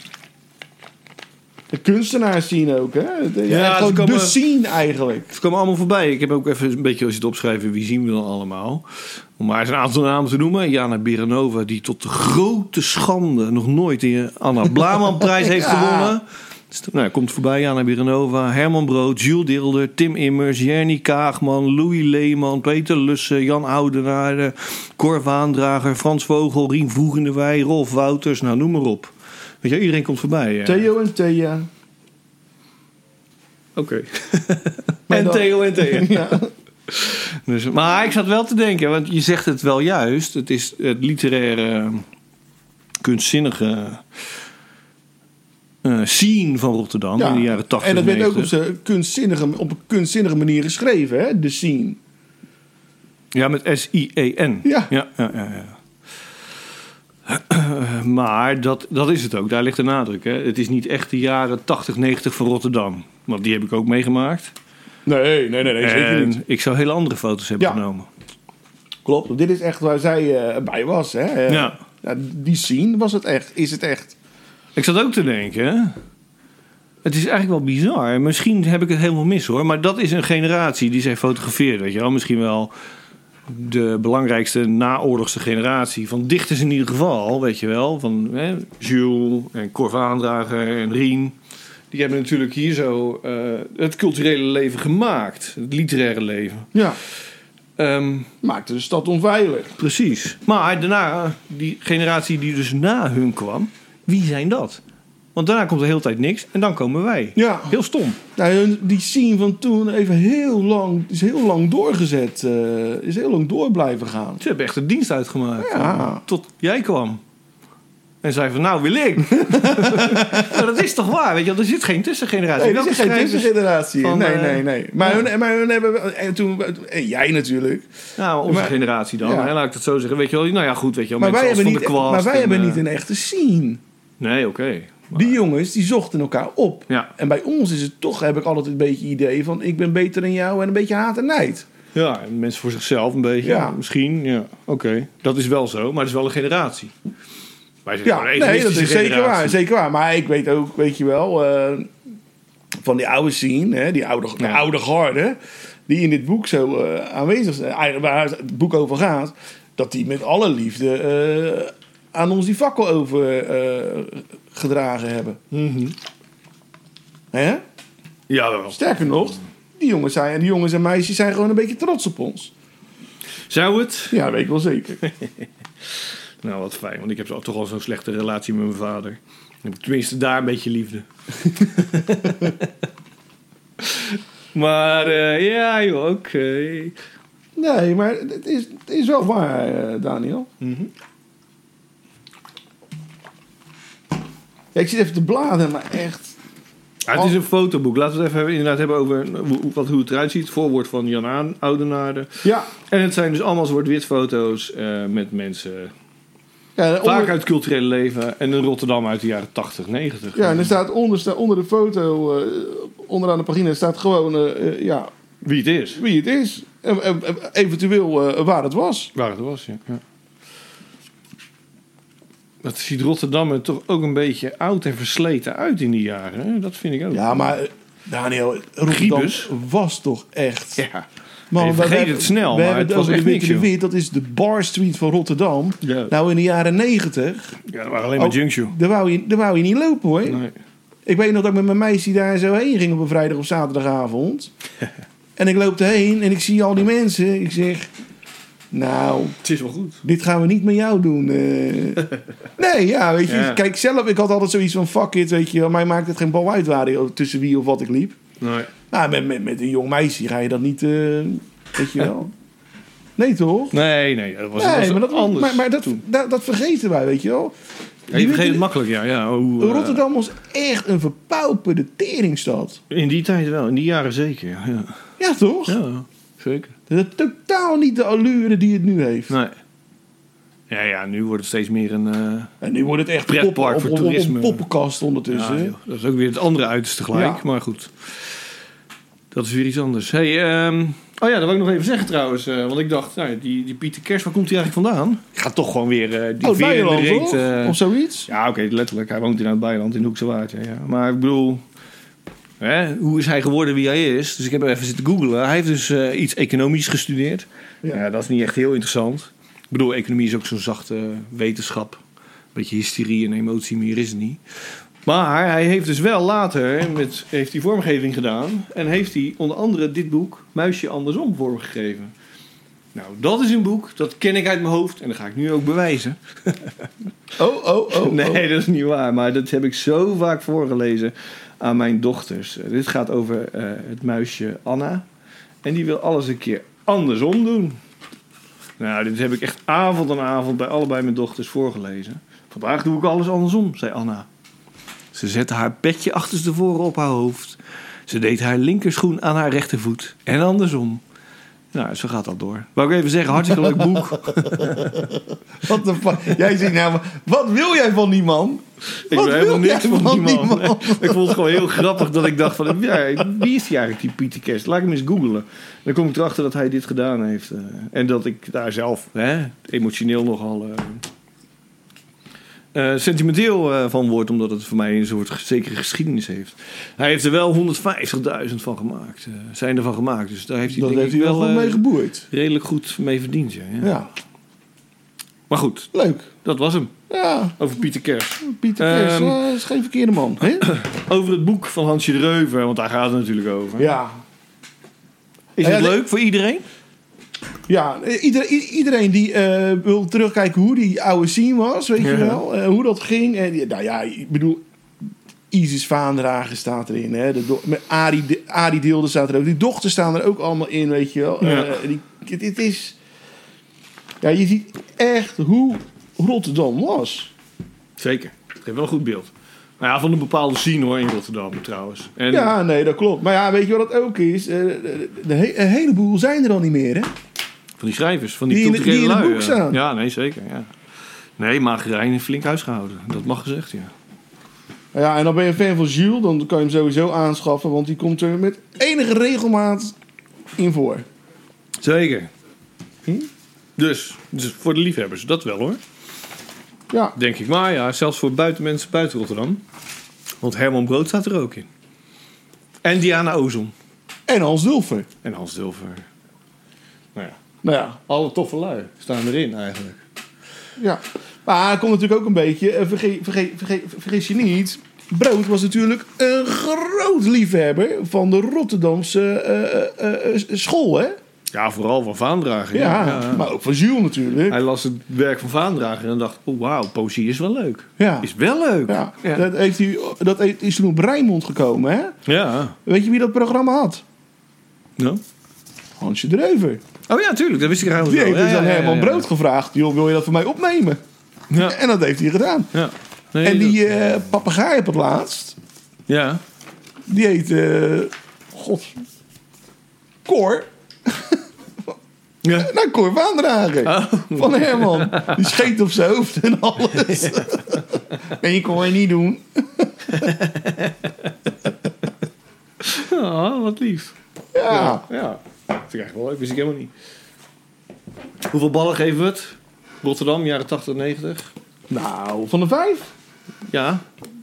De kunstenaars scene ook, hè? De, ja, ja, gewoon de scene eigenlijk. Het kwam allemaal voorbij. Ik heb ook even een beetje, als je het opschrijven, wie zien we dan allemaal? Om maar eens een aantal namen te noemen. Jana Berenova, die tot de grote schande nog nooit de Anna Blamanprijs heeft ja. gewonnen. Nou, komt voorbij, Jana Berenova, Herman Brood, Jules Dilder, Tim Immers, Jerny Kaagman, Louis Leeman, Peter Lussen, Jan Oudenaarde, Cor Vaandrager, Frans Vogel, Rien Vroegendewij, Rolf Wouters, nou noem maar op. Weet je, iedereen komt voorbij. Ja. Theo en Thea. Oké. Okay. en dan... Theo en Thea. Ja. Dus, maar ik zat wel te denken, want je zegt het wel juist. Het is het literaire, kunstzinnige... Uh, scene van Rotterdam ja, in de jaren tachtig. En dat werd negentig. ook op, zijn kunstzinnige, op een kunstzinnige manier geschreven, hè? De scene. Ja, met S I E N. Ja. ja, ja, ja, ja. Uh, maar dat, dat is het ook. Daar ligt de nadruk. Hè? Het is niet echt de jaren tachtig, negentig van Rotterdam. Want die heb ik ook meegemaakt. Nee, nee, nee, nee zeker niet. Ik zou hele andere foto's hebben ja. genomen. Klopt. Dit is echt waar zij uh, bij was. Hè? Ja. Ja. Die scene was het echt. Is het echt. Ik zat ook te denken, het is eigenlijk wel bizar. Misschien heb ik het helemaal mis hoor. Maar dat is een generatie die zij fotografeert. Weet je wel? Misschien wel de belangrijkste naoorlogse generatie. Van dichters in ieder geval. Weet je wel. Van hè, Jules en Cor Vaandrager en Rien. Die hebben natuurlijk hier zo uh, het culturele leven gemaakt. Het literaire leven. Ja. Um, Maakte de stad onveilig. Precies. Maar daarna, die generatie die dus na hun kwam... Wie zijn dat? Want daarna komt er heel tijd niks en dan komen wij. Ja. Heel stom. Nou, die scene van toen even heel lang, is heel lang doorgezet. Uh, is heel lang door blijven gaan. Ze hebben echt een dienst uitgemaakt. Ja. Tot jij kwam. En zei van, nou wil ik. Maar dat is toch waar, weet je? Er zit geen tussengeneratie. Nee, er zit geen tussengeneratie. Van, nee, nee, nee. Maar, ja. hun, maar hun hebben... En, toen, en jij natuurlijk. Nou, onze maar, generatie dan. Ja. Hè, laat ik dat zo zeggen. Weet je wel, nou ja, goed. Weet je wel, maar wij hebben, niet, kwast, maar wij en, hebben uh, niet een echte scene. Nee, oké. Okay. Die jongens, die zochten elkaar op. Ja. En bij ons is het toch, heb ik altijd een beetje idee van... ik ben beter dan jou en een beetje haat en nijd. Ja, en mensen voor zichzelf een beetje. Ja. Misschien, ja. Oké. Okay. Dat is wel zo, maar het is wel een generatie. Wij zijn ja, een nee, dat is zeker generatie. waar, zeker waar. Maar ik weet ook, weet je wel... Uh, van die oude scene, hè, die oude, ja. de oude garde... die in dit boek zo uh, aanwezig zijn... waar het boek over gaat... dat die met alle liefde... Uh, aan ons die fakkel overgedragen uh, hebben. Mm-hmm. Hè? Ja, wel. Sterker nog, die jongens, zijn, die jongens en meisjes zijn gewoon een beetje trots op ons. Zou het? Ja, dat weet ik wel zeker. Nou, wat fijn. Want ik heb toch al zo'n slechte relatie met mijn vader. Dan heb ik tenminste daar een beetje liefde. Maar uh, ja, joh, oké. Okay. Nee, maar het is, het is wel waar, uh, Daniel. Mm-hmm. Ja, ik zit even te bladeren, maar echt... Ja, het is een fotoboek. Laten we het even inderdaad hebben over hoe, wat, hoe het eruit ziet. Het voorwoord van Jan Oudenaarde. Ja. En het zijn dus allemaal zwart-wit foto's uh, met mensen... Ja, Vaak onder... uit het culturele leven. En in Rotterdam uit de jaren tachtig, negentig. Ja, en er staat onder, onder de foto, uh, onderaan de pagina, staat gewoon uh, ja, wie het is. Wie het is. En, en, en eventueel uh, waar het was. Waar het was, ja. ja. Dat ziet Rotterdam er toch ook een beetje oud en versleten uit in die jaren. Hè? Dat vind ik ook. Ja, maar Daniel, Rotterdam Griebus. was toch echt... Ja. Man, je vergeet het snel, we maar het was over echt de niks, Witte de Wit, dat is de Bar Street van Rotterdam. Ja. Nou, in de jaren negentig... Ja, dat waren alleen maar junks, joh. Daar wou, je, daar wou je niet lopen, hoor. Nee. Ik weet nog dat ik met mijn meisje daar zo heen ging op een vrijdag of zaterdagavond. En ik loop erheen en ik zie al die mensen. Ik zeg, nou... Het is wel goed. Dit gaan we niet met jou doen. Uh... nee, ja, weet je. Ja. Kijk, zelf, ik had altijd zoiets van, fuck it, weet je. Mij maakt het geen bal uit waar, tussen wie of wat ik liep. Nee. Nou, met, met, met een jong meisje ga je dat niet... Uh... Weet je wel? Nee, toch? Nee, nee, dat was, nee, dat was maar dat, anders. Maar, maar dat, dat, dat vergeten wij, weet je wel. Ja, je vergeet het makkelijk, ja. ja hoe, Rotterdam was echt een verpauperde teringstad. In die tijd wel, in die jaren zeker. Ja, ja. Ja, toch? Ja, zeker. Dat is totaal niet de allure die het nu heeft. Nee. Ja, ja, nu wordt het steeds meer een... Uh, en nu wordt het echt een pretpark voor op, toerisme. Op een poppenkast ondertussen. Ja, dat is ook weer het andere uiterste gelijk, ja. Maar goed. Dat is weer iets anders. Hey, um, oh ja, dat wil ik nog even zeggen trouwens. Uh, want ik dacht, nou, die, die Pieter Kers, waar komt hij eigenlijk vandaan? Ik ga toch gewoon weer uh, die oh, veer in de reet. Uh, of zoiets? Ja, oké, okay, letterlijk. Hij woont in het Bijland, in de Hoekse Waard. Ja, ja. Maar ik bedoel, hè, hoe is hij geworden wie hij is? Dus ik heb even zitten googlen. Hij heeft dus uh, iets economisch gestudeerd. Ja. Ja, dat is niet echt heel interessant. Ik bedoel, economie is ook zo'n zachte wetenschap. Een beetje hysterie en emotie, meer is het niet. Maar hij heeft dus wel later met, heeft hij vormgeving gedaan. En heeft hij onder andere dit boek, Muisje Andersom, vormgegeven. Nou, dat is een boek, dat ken ik uit mijn hoofd. En dat ga ik nu ook bewijzen. Oh, oh, oh. Nee, oh. dat is niet waar. Maar dat heb ik zo vaak voorgelezen aan mijn dochters. Uh, dit gaat over uh, het muisje Anna. En die wil alles een keer andersom doen. Nou, dit heb ik echt avond aan avond bij allebei mijn dochters voorgelezen. Vandaag doe ik alles andersom, zei Anna. Ze zette haar petje achterstevoren op haar hoofd. Ze deed haar linkerschoen aan haar rechtervoet. En andersom. Nou, zo gaat dat door. Wou ik even zeggen, hartstikke leuk boek. Wat de fuck? Jij zegt nou, wat wil jij van die man? Ik wil helemaal niks van, van die man. Die man? Ik vond het gewoon heel grappig dat ik dacht van... Ja, wie is die eigenlijk, die Pieter Kers? Laat ik hem eens googlen. Dan kom ik erachter dat hij dit gedaan heeft. En dat ik daar zelf hè, emotioneel nogal... Uh, Uh, sentimenteel uh, van wordt, omdat het voor mij een soort zekere geschiedenis heeft. Hij heeft er wel honderdvijftigduizend van gemaakt. Uh, zijn ervan gemaakt. Dus daar heeft hij, dat denk heeft ik hij wel, wel uh, mee geboeid. Redelijk goed mee verdiend. Ja, ja. ja. Maar goed. Leuk. Dat was hem. Ja. Over Pieter Kers. Pieter Kers um, uh, is geen verkeerde man. Hè? Over het boek van Hansje de Reuver, want daar gaat het natuurlijk over. Ja. Is ja, het ja, leuk voor iedereen? Ja, iedereen, iedereen die uh, wil terugkijken hoe die oude scene was, weet ja. je wel. Uh, hoe dat ging. En, nou ja, ik bedoel, Isis Vaandrager staat erin. Hè. De do- met Arie, de, Arie Deelde staat er ook. Die dochters staan er ook allemaal in, weet je wel. Ja. Uh, die, het, het is... Ja, je ziet echt hoe Rotterdam was. Zeker. Het heeft wel een goed beeld. Nou ja, van een bepaalde scene hoor in Rotterdam trouwens. En... Ja, nee, dat klopt. Maar ja, weet je wat het ook is? Uh, de, de he- een heleboel zijn er al niet meer, hè? Van die schrijvers, van die, die culturele in, die in lui. het boek staan. Ja, nee, zeker. Ja. Nee, Magerijn heeft flink huisgehouden. Dat mag gezegd, ja. Ja, en dan ben je fan van Jules, dan kan je hem sowieso aanschaffen, want die komt er met enige regelmaat in voor. Zeker. Hm? Dus, dus voor de liefhebbers, dat wel hoor. Ja. Denk ik. Maar ja, zelfs voor buitenmensen buiten Rotterdam. Want Herman Brood staat er ook in. En Diana Ozon. En Hans Dulfer. En Hans Dulfer. Nou ja. Nou ja. Alle toffe lui staan erin eigenlijk. Ja. Maar er komt natuurlijk ook een beetje... Uh, vergeet, vergeet, vergeet, vergeet je niet... Brood was natuurlijk een groot liefhebber van de Rotterdamse uh, uh, uh, school, hè? Ja, vooral van Vaandrager. Ja, Ja, ja. maar ook van Jules natuurlijk. Hij las het werk van Vaandrager en dacht... Oh, wauw, poëzie is wel leuk. Ja. Is wel leuk. Ja, Ja. Dat, heeft hij, dat heeft- is toen op Rijnmond gekomen, hè? Ja. Weet je wie dat programma had? No? Hansje Dreuver. Oh ja, tuurlijk. Dat wist ik eigenlijk Die wel. heeft dus Ja, aan ja, ja, Herman ja. Brood gevraagd. Joh, wil je dat voor mij opnemen? Ja. En dat heeft hij gedaan. Ja. Nee, En dat- die uh, papegaai op het laatst... Ja. Die heet... eh, God... Cor. Ja. Nou, Cor Vaandrager. Oh. Van Herman. Die scheet op zijn hoofd en alles. Nee, kon je niet doen. Oh, wat lief. Ja. Ja. Dat vind ik eigenlijk wel leuk. Wist ik helemaal niet. Hoeveel ballen geven we het? Rotterdam, jaren tachtig, negentig. Nou, van de vijf? Ja.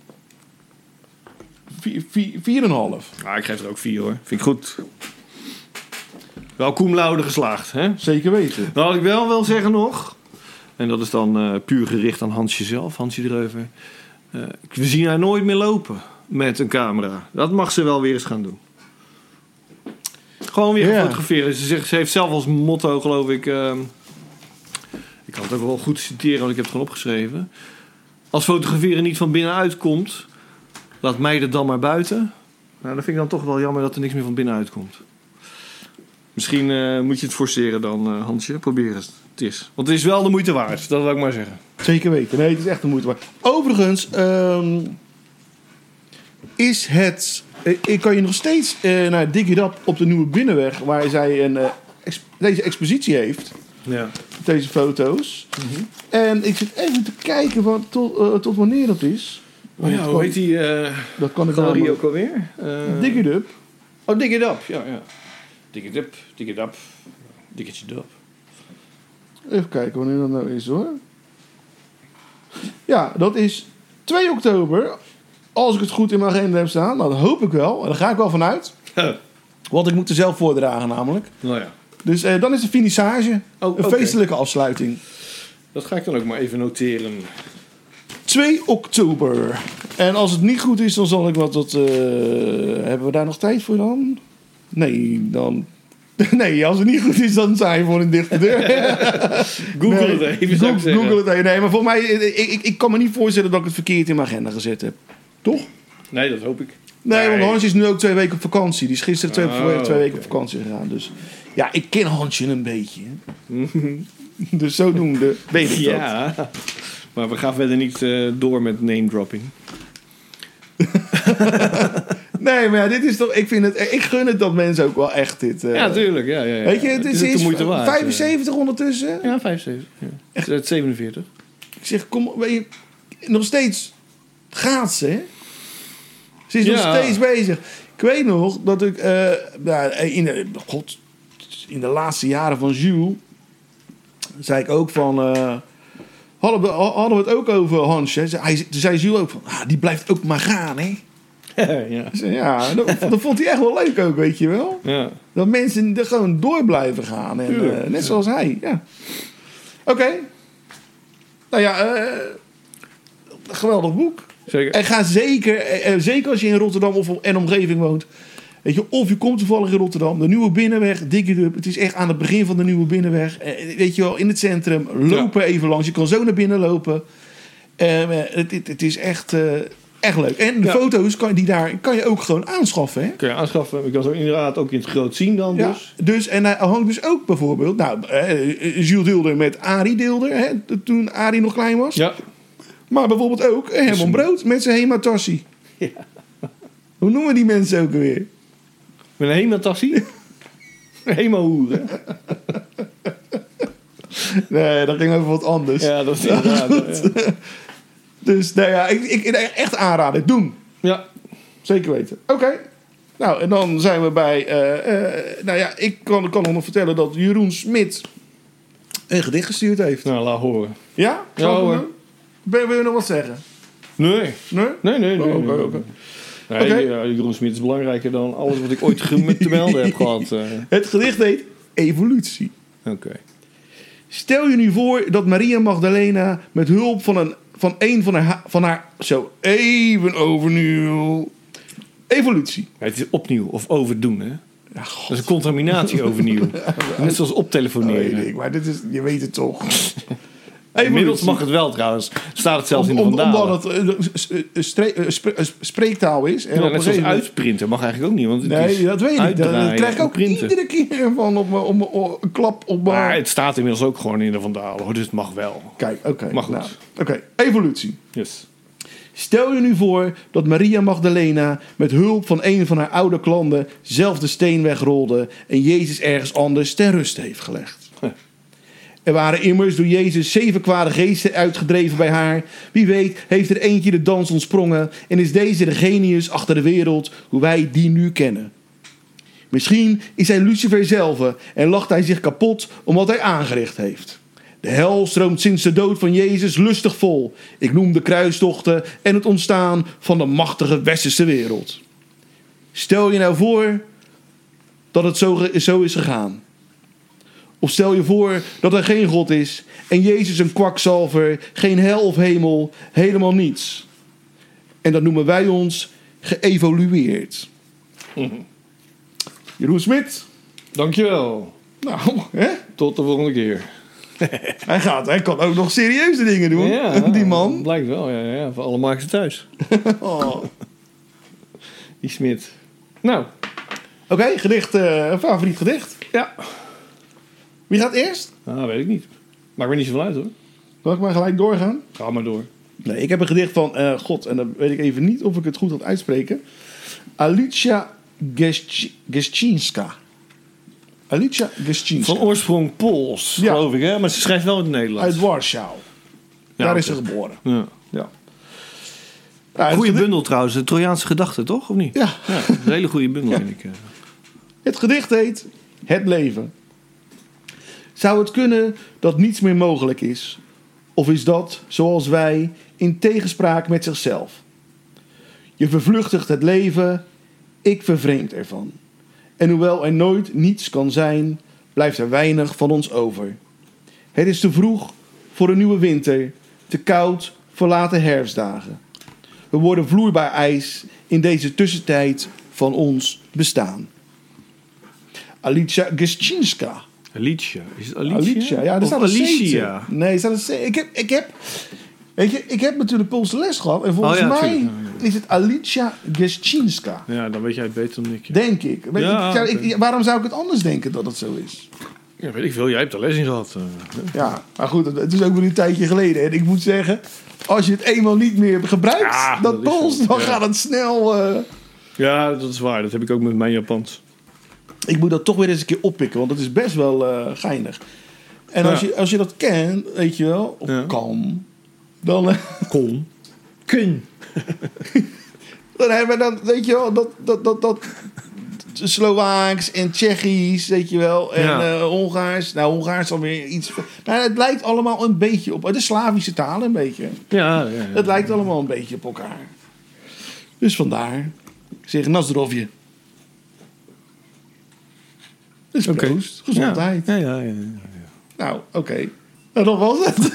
Vier, vier, vier en een half. Ah, ik geef er ook vier hoor. Vind ik goed. Wel cum laude geslaagd, hè? Zeker weten. Nou, wat ik wel wil zeggen nog... En dat is dan uh, puur gericht aan Hansje zelf, Hansje Dreuver. Uh, we zien haar nooit meer lopen met een camera. Dat mag ze wel weer eens gaan doen. Gewoon weer Ja. fotograferen. Ze, zegt, ze heeft zelf als motto, geloof ik... Uh, ik kan het ook wel goed citeren, want ik heb het gewoon opgeschreven. Als fotograferen niet van binnenuit komt... laat mij er dan maar buiten. Nou, dat vind ik dan toch wel jammer dat er niks meer van binnenuit komt. Misschien uh, moet je het forceren dan, uh, Hansje. Probeer het. Het is. Want het is wel de moeite waard, dat wil ik maar zeggen. Zeker weten. Nee, het is echt de moeite waard. Overigens... Um, is het... Uh, ik kan je nog steeds uh, naar Dig It Up op de Nieuwe Binnenweg... waar zij een, uh, exp- deze expositie heeft... Ja. Deze foto's. Mm-hmm. En ik zit even te kijken wat, tot, uh, tot wanneer dat is. Oh ja, hoe heet die uh, dat kan ik galerie wel ook alweer? Uh, Dig It Up. Oh, Dig It Up. Ja, ja. Dig It Up, Dig It Up, Dig It Up. Even kijken wanneer dat nou is hoor. Ja, dat is twee oktober. Als ik het goed in mijn agenda heb staan. Nou, dat hoop ik wel. En daar ga ik wel vanuit. Want ik moet er zelf voordragen namelijk. Nou ja. Dus uh, dan is de finissage. Oh, een okay. feestelijke afsluiting. Dat ga ik dan ook maar even noteren. twee oktober. En als het niet goed is, dan zal ik wat... wat uh, hebben we daar nog tijd voor dan? Nee, dan... Nee, als het niet goed is, dan sta je voor een dichte deur. Google nee, het even, zou ik zeggen. Google het even. Nee, maar voor mij... Ik, ik, ik kan me niet voorstellen dat ik het verkeerd in mijn agenda gezet heb. Toch? Nee, dat hoop ik. Nee, nee. want Hansje is nu ook twee weken op vakantie. Die is gisteren twee, oh, twee weken okay. op vakantie gegaan. Dus ja, ik ken Hansje een beetje. Dus zodoende weet ik ja, dat. Maar we gaan verder niet uh, door met name dropping. Nee, maar ja, dit is toch... Ik, vind het, ik gun het dat mensen ook wel echt dit... Uh, ja, tuurlijk. Ja, ja, ja. Weet je, het is, het is is de moeite waard. vijfenzeventig ondertussen. Ja, vijfenzeventig. Ja. Het is zevenenveertig. Ik zeg, kom, weet je, nog steeds gaat ze, hè? Ze is ja. nog steeds bezig. Ik weet nog dat ik... Uh, nou, in, de, God, in de laatste jaren van Jules... zei ik ook van... Uh, hadden, we, hadden we het ook over Hans. Hè? Hij, toen zei Jules ook van... Ah, die blijft ook maar gaan, hè? ja, ja dat, dat vond hij echt wel leuk ook, weet je wel. Ja. Dat mensen er gewoon door blijven gaan. En, uh, net zoals hij, ja. Oké. Okay. Nou ja, uh, geweldig boek. Zeker. En ga zeker, uh, zeker als je in Rotterdam of en omgeving woont. Weet je, of je komt toevallig in Rotterdam. De Nieuwe Binnenweg, Dig It Up. Het is echt aan het begin van de Nieuwe Binnenweg. Uh, weet je wel, in het centrum. Lopen ja. even langs. Je kan zo naar binnen lopen. Uh, het, het, het is echt... Uh, Echt leuk. En de ja. foto's kan, die daar kan je ook gewoon aanschaffen. Hè? Kun je aanschaffen. Ik kan ze inderdaad ook in het groot zien dan. Ja, dus. dus. En hij hangt dus ook bijvoorbeeld... Nou, eh, Jules Deelder met Arie Deelder. Hè, toen Arie nog klein was. Ja. Maar bijvoorbeeld ook Herman Brood met zijn hematassie. Ja. Hoe noemen die mensen ook weer? Met een hematassie? Een hema-hoer, hè? Nee, dat ging over wat anders. Ja, dat is inderdaad. Ja. Dus nou ja, ik, ik, echt aanraden. Doen. Ja. Zeker weten. Oké. Okay. Nou, en dan zijn we bij... Uh, uh, nou ja, ik kan, kan nog vertellen dat Jeroen Smit een gedicht gestuurd heeft. Nou, laat horen. Ja? Ja, hoor. Ben, wil je nog wat zeggen? Nee. Nee? Nee, nee, nee. Oh, Oké, okay, oké. Okay. Nee, okay. ja, Jeroen Smit is belangrijker dan alles wat ik ooit te melden heb gehad. Uh. Het gedicht heet Evolutie. Oké. Okay. Stel je nu voor dat Maria Magdalena met hulp van een van een van haar... Van haar zo, even overnieuw. Evolutie. Ja, het is opnieuw of overdoen, hè? Ja, god. Dat is een contaminatie overnieuw. Net zoals optelefoneren. Weet ik, maar dit is, je weet het toch. Inmiddels mag het wel trouwens. Staat het zelfs Om, in de om, vandalen. omdat het uh, s- uh, stre- uh, spre- uh, spreektaal is. En Ja, op net een zoals gegeven moment- uitprinten mag eigenlijk ook niet. Want het Nee, is dat weet ik. Dat, dat uitdraaien krijg ik en ook printen. iedere keer van op, mijn- op, mijn- op een klap op mijn... Maar het staat inmiddels ook gewoon in de vandalen. Hoor, dus het mag wel. Kijk, oké. Maar goed. nou, Oké, evolutie. Yes. Stel je nu voor dat Maria Magdalena met hulp van een van haar oude klanten zelf de steen wegrolde en Jezus ergens anders ter rust heeft gelegd. Huh. Er waren immers door Jezus zeven kwade geesten uitgedreven bij haar. Wie weet heeft er eentje de dans ontsprongen en is deze de genius achter de wereld hoe wij die nu kennen. Misschien is hij Lucifer zelf en lacht hij zich kapot om wat hij aangericht heeft. De hel stroomt sinds de dood van Jezus lustig vol. Ik noem de kruistochten en het ontstaan van de machtige westerse wereld. Stel je nou voor dat het zo, ge- zo is gegaan. Of stel je voor dat er geen God is en Jezus een kwakzalver, geen hel of hemel, helemaal niets. En dat noemen wij ons geëvolueerd. Jeroen Smit. Dankjewel. Nou, hè? Tot de volgende keer. Hij gaat, hij kan ook nog serieuze dingen doen, die man. Blijkt wel, ja, ja, ja. Voor alle maken ze thuis. Oh. Die Smit. Nou. Oké, gedicht, eh, een favoriet gedicht. Ja. Wie gaat eerst? Ah, weet ik niet. Maakt me niet zoveel uit hoor. Zal ik maar gelijk doorgaan? Ga maar door. Nee, ik heb een gedicht van, eh, god, en dan weet ik even niet of ik het goed had uitspreken. Alicja Geschinska. Alicja Geschinska. Van oorsprong Pools, Ja. geloof ik, hè? Maar ze schrijft wel in het Nederlands. Uit Warschau. Ja, Daar is oké. ze geboren. Ja. Ja. Ja, het Goeie gedicht- bundel trouwens, de Trojaanse gedachte, toch? Of niet? Ja. Ja, een hele goede bundel, Ja. vind ik. eh. Het gedicht heet Het leven. Zou het kunnen dat niets meer mogelijk is? Of is dat, zoals wij, in tegenspraak met zichzelf? Je vervluchtigt het leven, ik vervreemd ervan. En hoewel er nooit niets kan zijn, blijft er weinig van ons over. Het is te vroeg voor een nieuwe winter, te koud voor late herfstdagen. We worden vloeibaar ijs in deze tussentijd van ons bestaan. Alicja Geschinska. Alicia. Is het Alicia? Alicia, ja, er Of staat een Alicia. C'tje. Nee, er staat een C. Ik heb, ik heb, weet je, ik heb natuurlijk Poolse les gehad. En volgens Oh ja, mij tuurlijk. Ja, ja. is het Alicja Geschinska. Ja, dan weet jij het beter dan ik. Denk ik. Weet- Ja, ik, zou- oké. ik- waarom zou ik het anders denken dat het zo is? Ja, weet ik veel. Jij hebt er les in gehad. eh. Ja, maar goed, het- het is ook weer een tijdje geleden. En ik moet zeggen, als je het eenmaal niet meer gebruikt, Ja, dat dat is Pools, zo. dan Ja. gaat het snel. eh. Ja, dat is waar. Dat heb ik ook met mijn Japans. Ik moet dat toch weer eens een keer oppikken, want dat is best wel eh, geinig. En als, Ja. je, als je dat kent, weet je wel, of Ja. kan, dan... eh, Kon. Kun. Dan hebben we dan, weet je wel, dat, dat, dat, dat Slovaaks en Tsjechisch, weet je wel, en Ja. eh, Hongaars. Nou, Hongaars dan weer iets. Maar het lijkt allemaal een beetje op, de Slavische talen een beetje. Ja, ja, ja. Het lijkt allemaal een beetje op elkaar. Dus vandaar. Ik zeg Nazdrovje. Dus Oké. proost. Gezondheid. Ja, ja, ja, ja. Nou, oké. Nou, dat was het.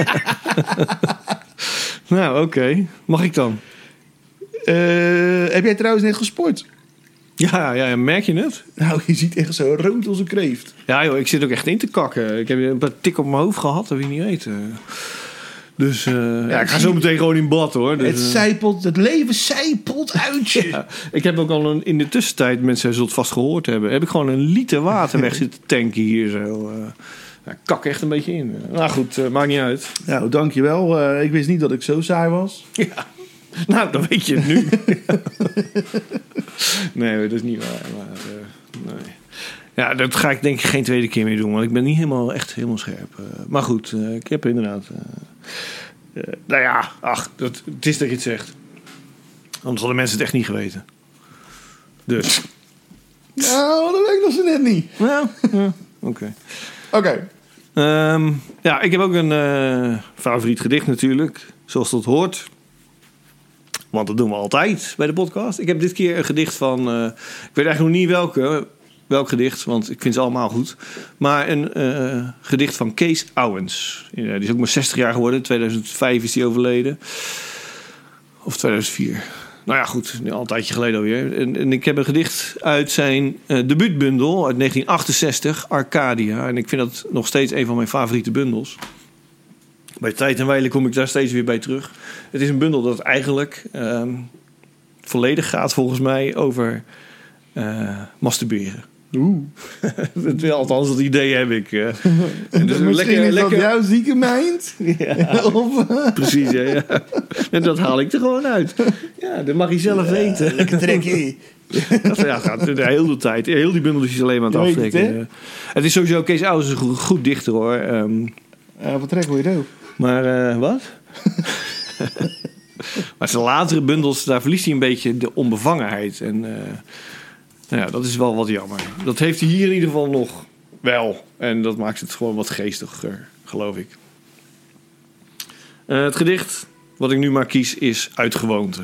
Nou, oké. Mag ik dan? Eh, heb jij trouwens net gesport? Ja, ja, merk je het? Nou, je ziet echt zo rood als een kreeft. Ja joh, ik zit ook echt in te kakken. Ik heb een paar tik op mijn hoofd gehad, dat wil je niet weten. Dus eh, ja, ik ga zo meteen gewoon in bad hoor. Dus, Het eh, zijpelt, het leven zijpelt uit je. ja, ik heb ook al een, in de tussentijd, mensen zullen het vast gehoord hebben, heb ik gewoon een liter water weg zitten tanken hier zo. eh. Ja, ik kak echt een beetje in. Nou goed, uh, maakt niet uit. Nou, dankjewel. Uh, ik wist niet dat ik zo saai was. Ja. Nou, dan weet je het nu. Nee, dat is niet waar. Maar, uh, nee. Ja, dat ga ik denk ik geen tweede keer meer doen. Want ik ben niet helemaal echt helemaal scherp. Uh, maar goed, uh, ik heb inderdaad... Uh, uh, nou ja, ach, dat, het is dat je het zegt. Anders hadden mensen het echt niet geweten. Dus. Nou, dat weet ik nog zo net niet. Ja, ja oké. Oké. Okay. Um, ja, ik heb ook een uh, favoriet gedicht natuurlijk. Zoals dat hoort. Want dat doen we altijd bij de podcast. Ik heb dit keer een gedicht van... Uh, ik weet eigenlijk nog niet welke. welk gedicht, want ik vind ze allemaal goed. Maar een uh, gedicht van Kees Ouwens. Ja, die is ook maar zestig jaar geworden. In tweeduizend vijf is hij overleden. Of tweeduizend vier. Nou ja, goed, al een tijdje geleden alweer. En, en ik heb een gedicht uit zijn uh, debuutbundel uit negentien achtenzestig, Arcadia. En ik vind dat nog steeds een van mijn favoriete bundels. Bij Tijd en Wijle kom ik daar steeds weer bij terug. Het is een bundel dat eigenlijk um, volledig gaat volgens mij over uh, masturberen. Oeh. Althans, dat idee heb ik. Uh. En dus misschien lekker, is lekker... dat jouw zieke mind? Ja, of... precies, ja, ja. En dat haal ik er gewoon uit. Ja, dat mag je zelf ja, weten. Lekker trekken. Ja, gaat de hele tijd. Heel die bundel is alleen maar aan het aftrekken. Het, het, het is sowieso Kees Ouwens een goed, goed dichter, hoor. Um, uh, wat trek wil je doen? Maar, uh, wat? Maar zijn latere bundels, daar verliest hij een beetje de onbevangenheid. En... Uh, Nou ja, dat is wel wat jammer. Dat heeft hij hier in ieder geval nog wel. En dat maakt het gewoon wat geestiger, geloof ik. Uh, het gedicht wat ik nu maar kies is Uit gewoonte.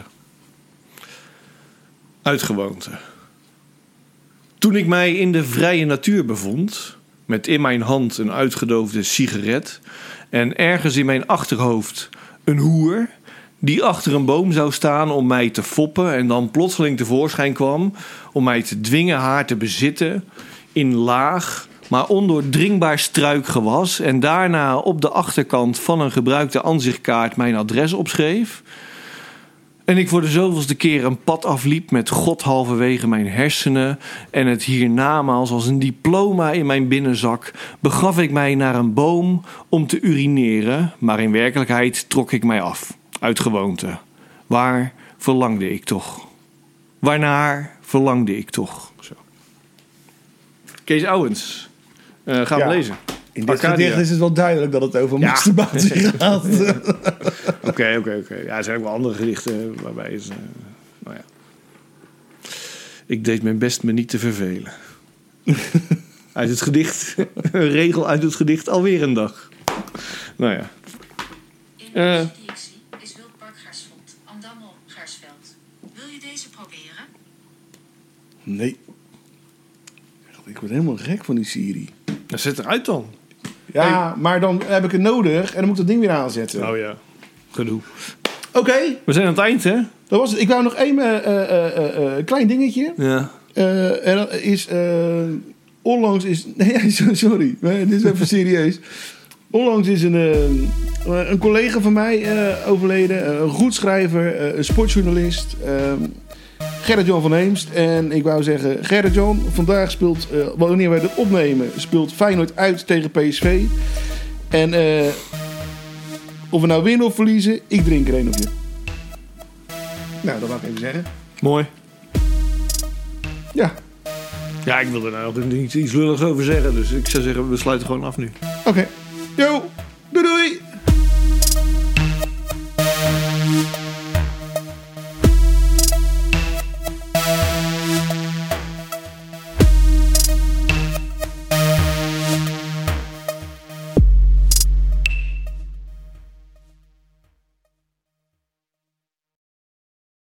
Uit gewoonte. Toen ik mij in de vrije natuur bevond, met in mijn hand een uitgedoofde sigaret en ergens in mijn achterhoofd een hoer die achter een boom zou staan om mij te foppen en dan plotseling tevoorschijn kwam om mij te dwingen haar te bezitten in laag, maar ondoordringbaar struikgewas en daarna op de achterkant van een gebruikte aanzichtkaart mijn adres opschreef en ik voor de zoveelste keer een pad afliep met God halverwege mijn hersenen en het hiernamaals als een diploma in mijn binnenzak begaf ik mij naar een boom om te urineren, maar in werkelijkheid trok ik mij af. Uit gewoonte. Waar verlangde ik toch? Waarnaar verlangde ik toch? Zo. Kees Ouwens. Uh, gaan we ja, lezen. In dit gedicht is het wel duidelijk dat het over ja. masturbatie gaat. Oké, oké, oké. Ja, er zijn ook wel andere gedichten waarbij is... Uh, nou ja. Ik deed mijn best me niet te vervelen. Uit het gedicht. Een regel uit het gedicht alweer een dag. Nou ja. Uh, Nee. Ik word helemaal gek van die Siri. Dat zet eruit dan. Ja, hey. Maar dan heb ik het nodig en dan moet ik dat ding weer aanzetten. Oh ja, gedoe. Oké. Okay. We zijn aan het eind, hè? Dat was het. Ik wou nog één uh, uh, uh, uh, klein dingetje. Ja. Uh, en dat is... Uh, onlangs is... Nee, sorry. Dit is even serieus. Onlangs is een, uh, een collega van mij uh, overleden. Uh, een goed schrijver, uh, een sportjournalist... Uh, Gerrit-Jan van Heemst. En ik wou zeggen, Gerrit-Jan, vandaag speelt, uh, wanneer wij dit opnemen, speelt Feyenoord uit tegen P S V. En uh, of we nou winnen of verliezen, ik drink er een op je. Nou, dat laat ik even zeggen. Mooi. Ja. Ja, ik wil er nou nog iets, iets lulligs over zeggen. Dus ik zou zeggen, we sluiten gewoon af nu. Oké. Okay. Yo!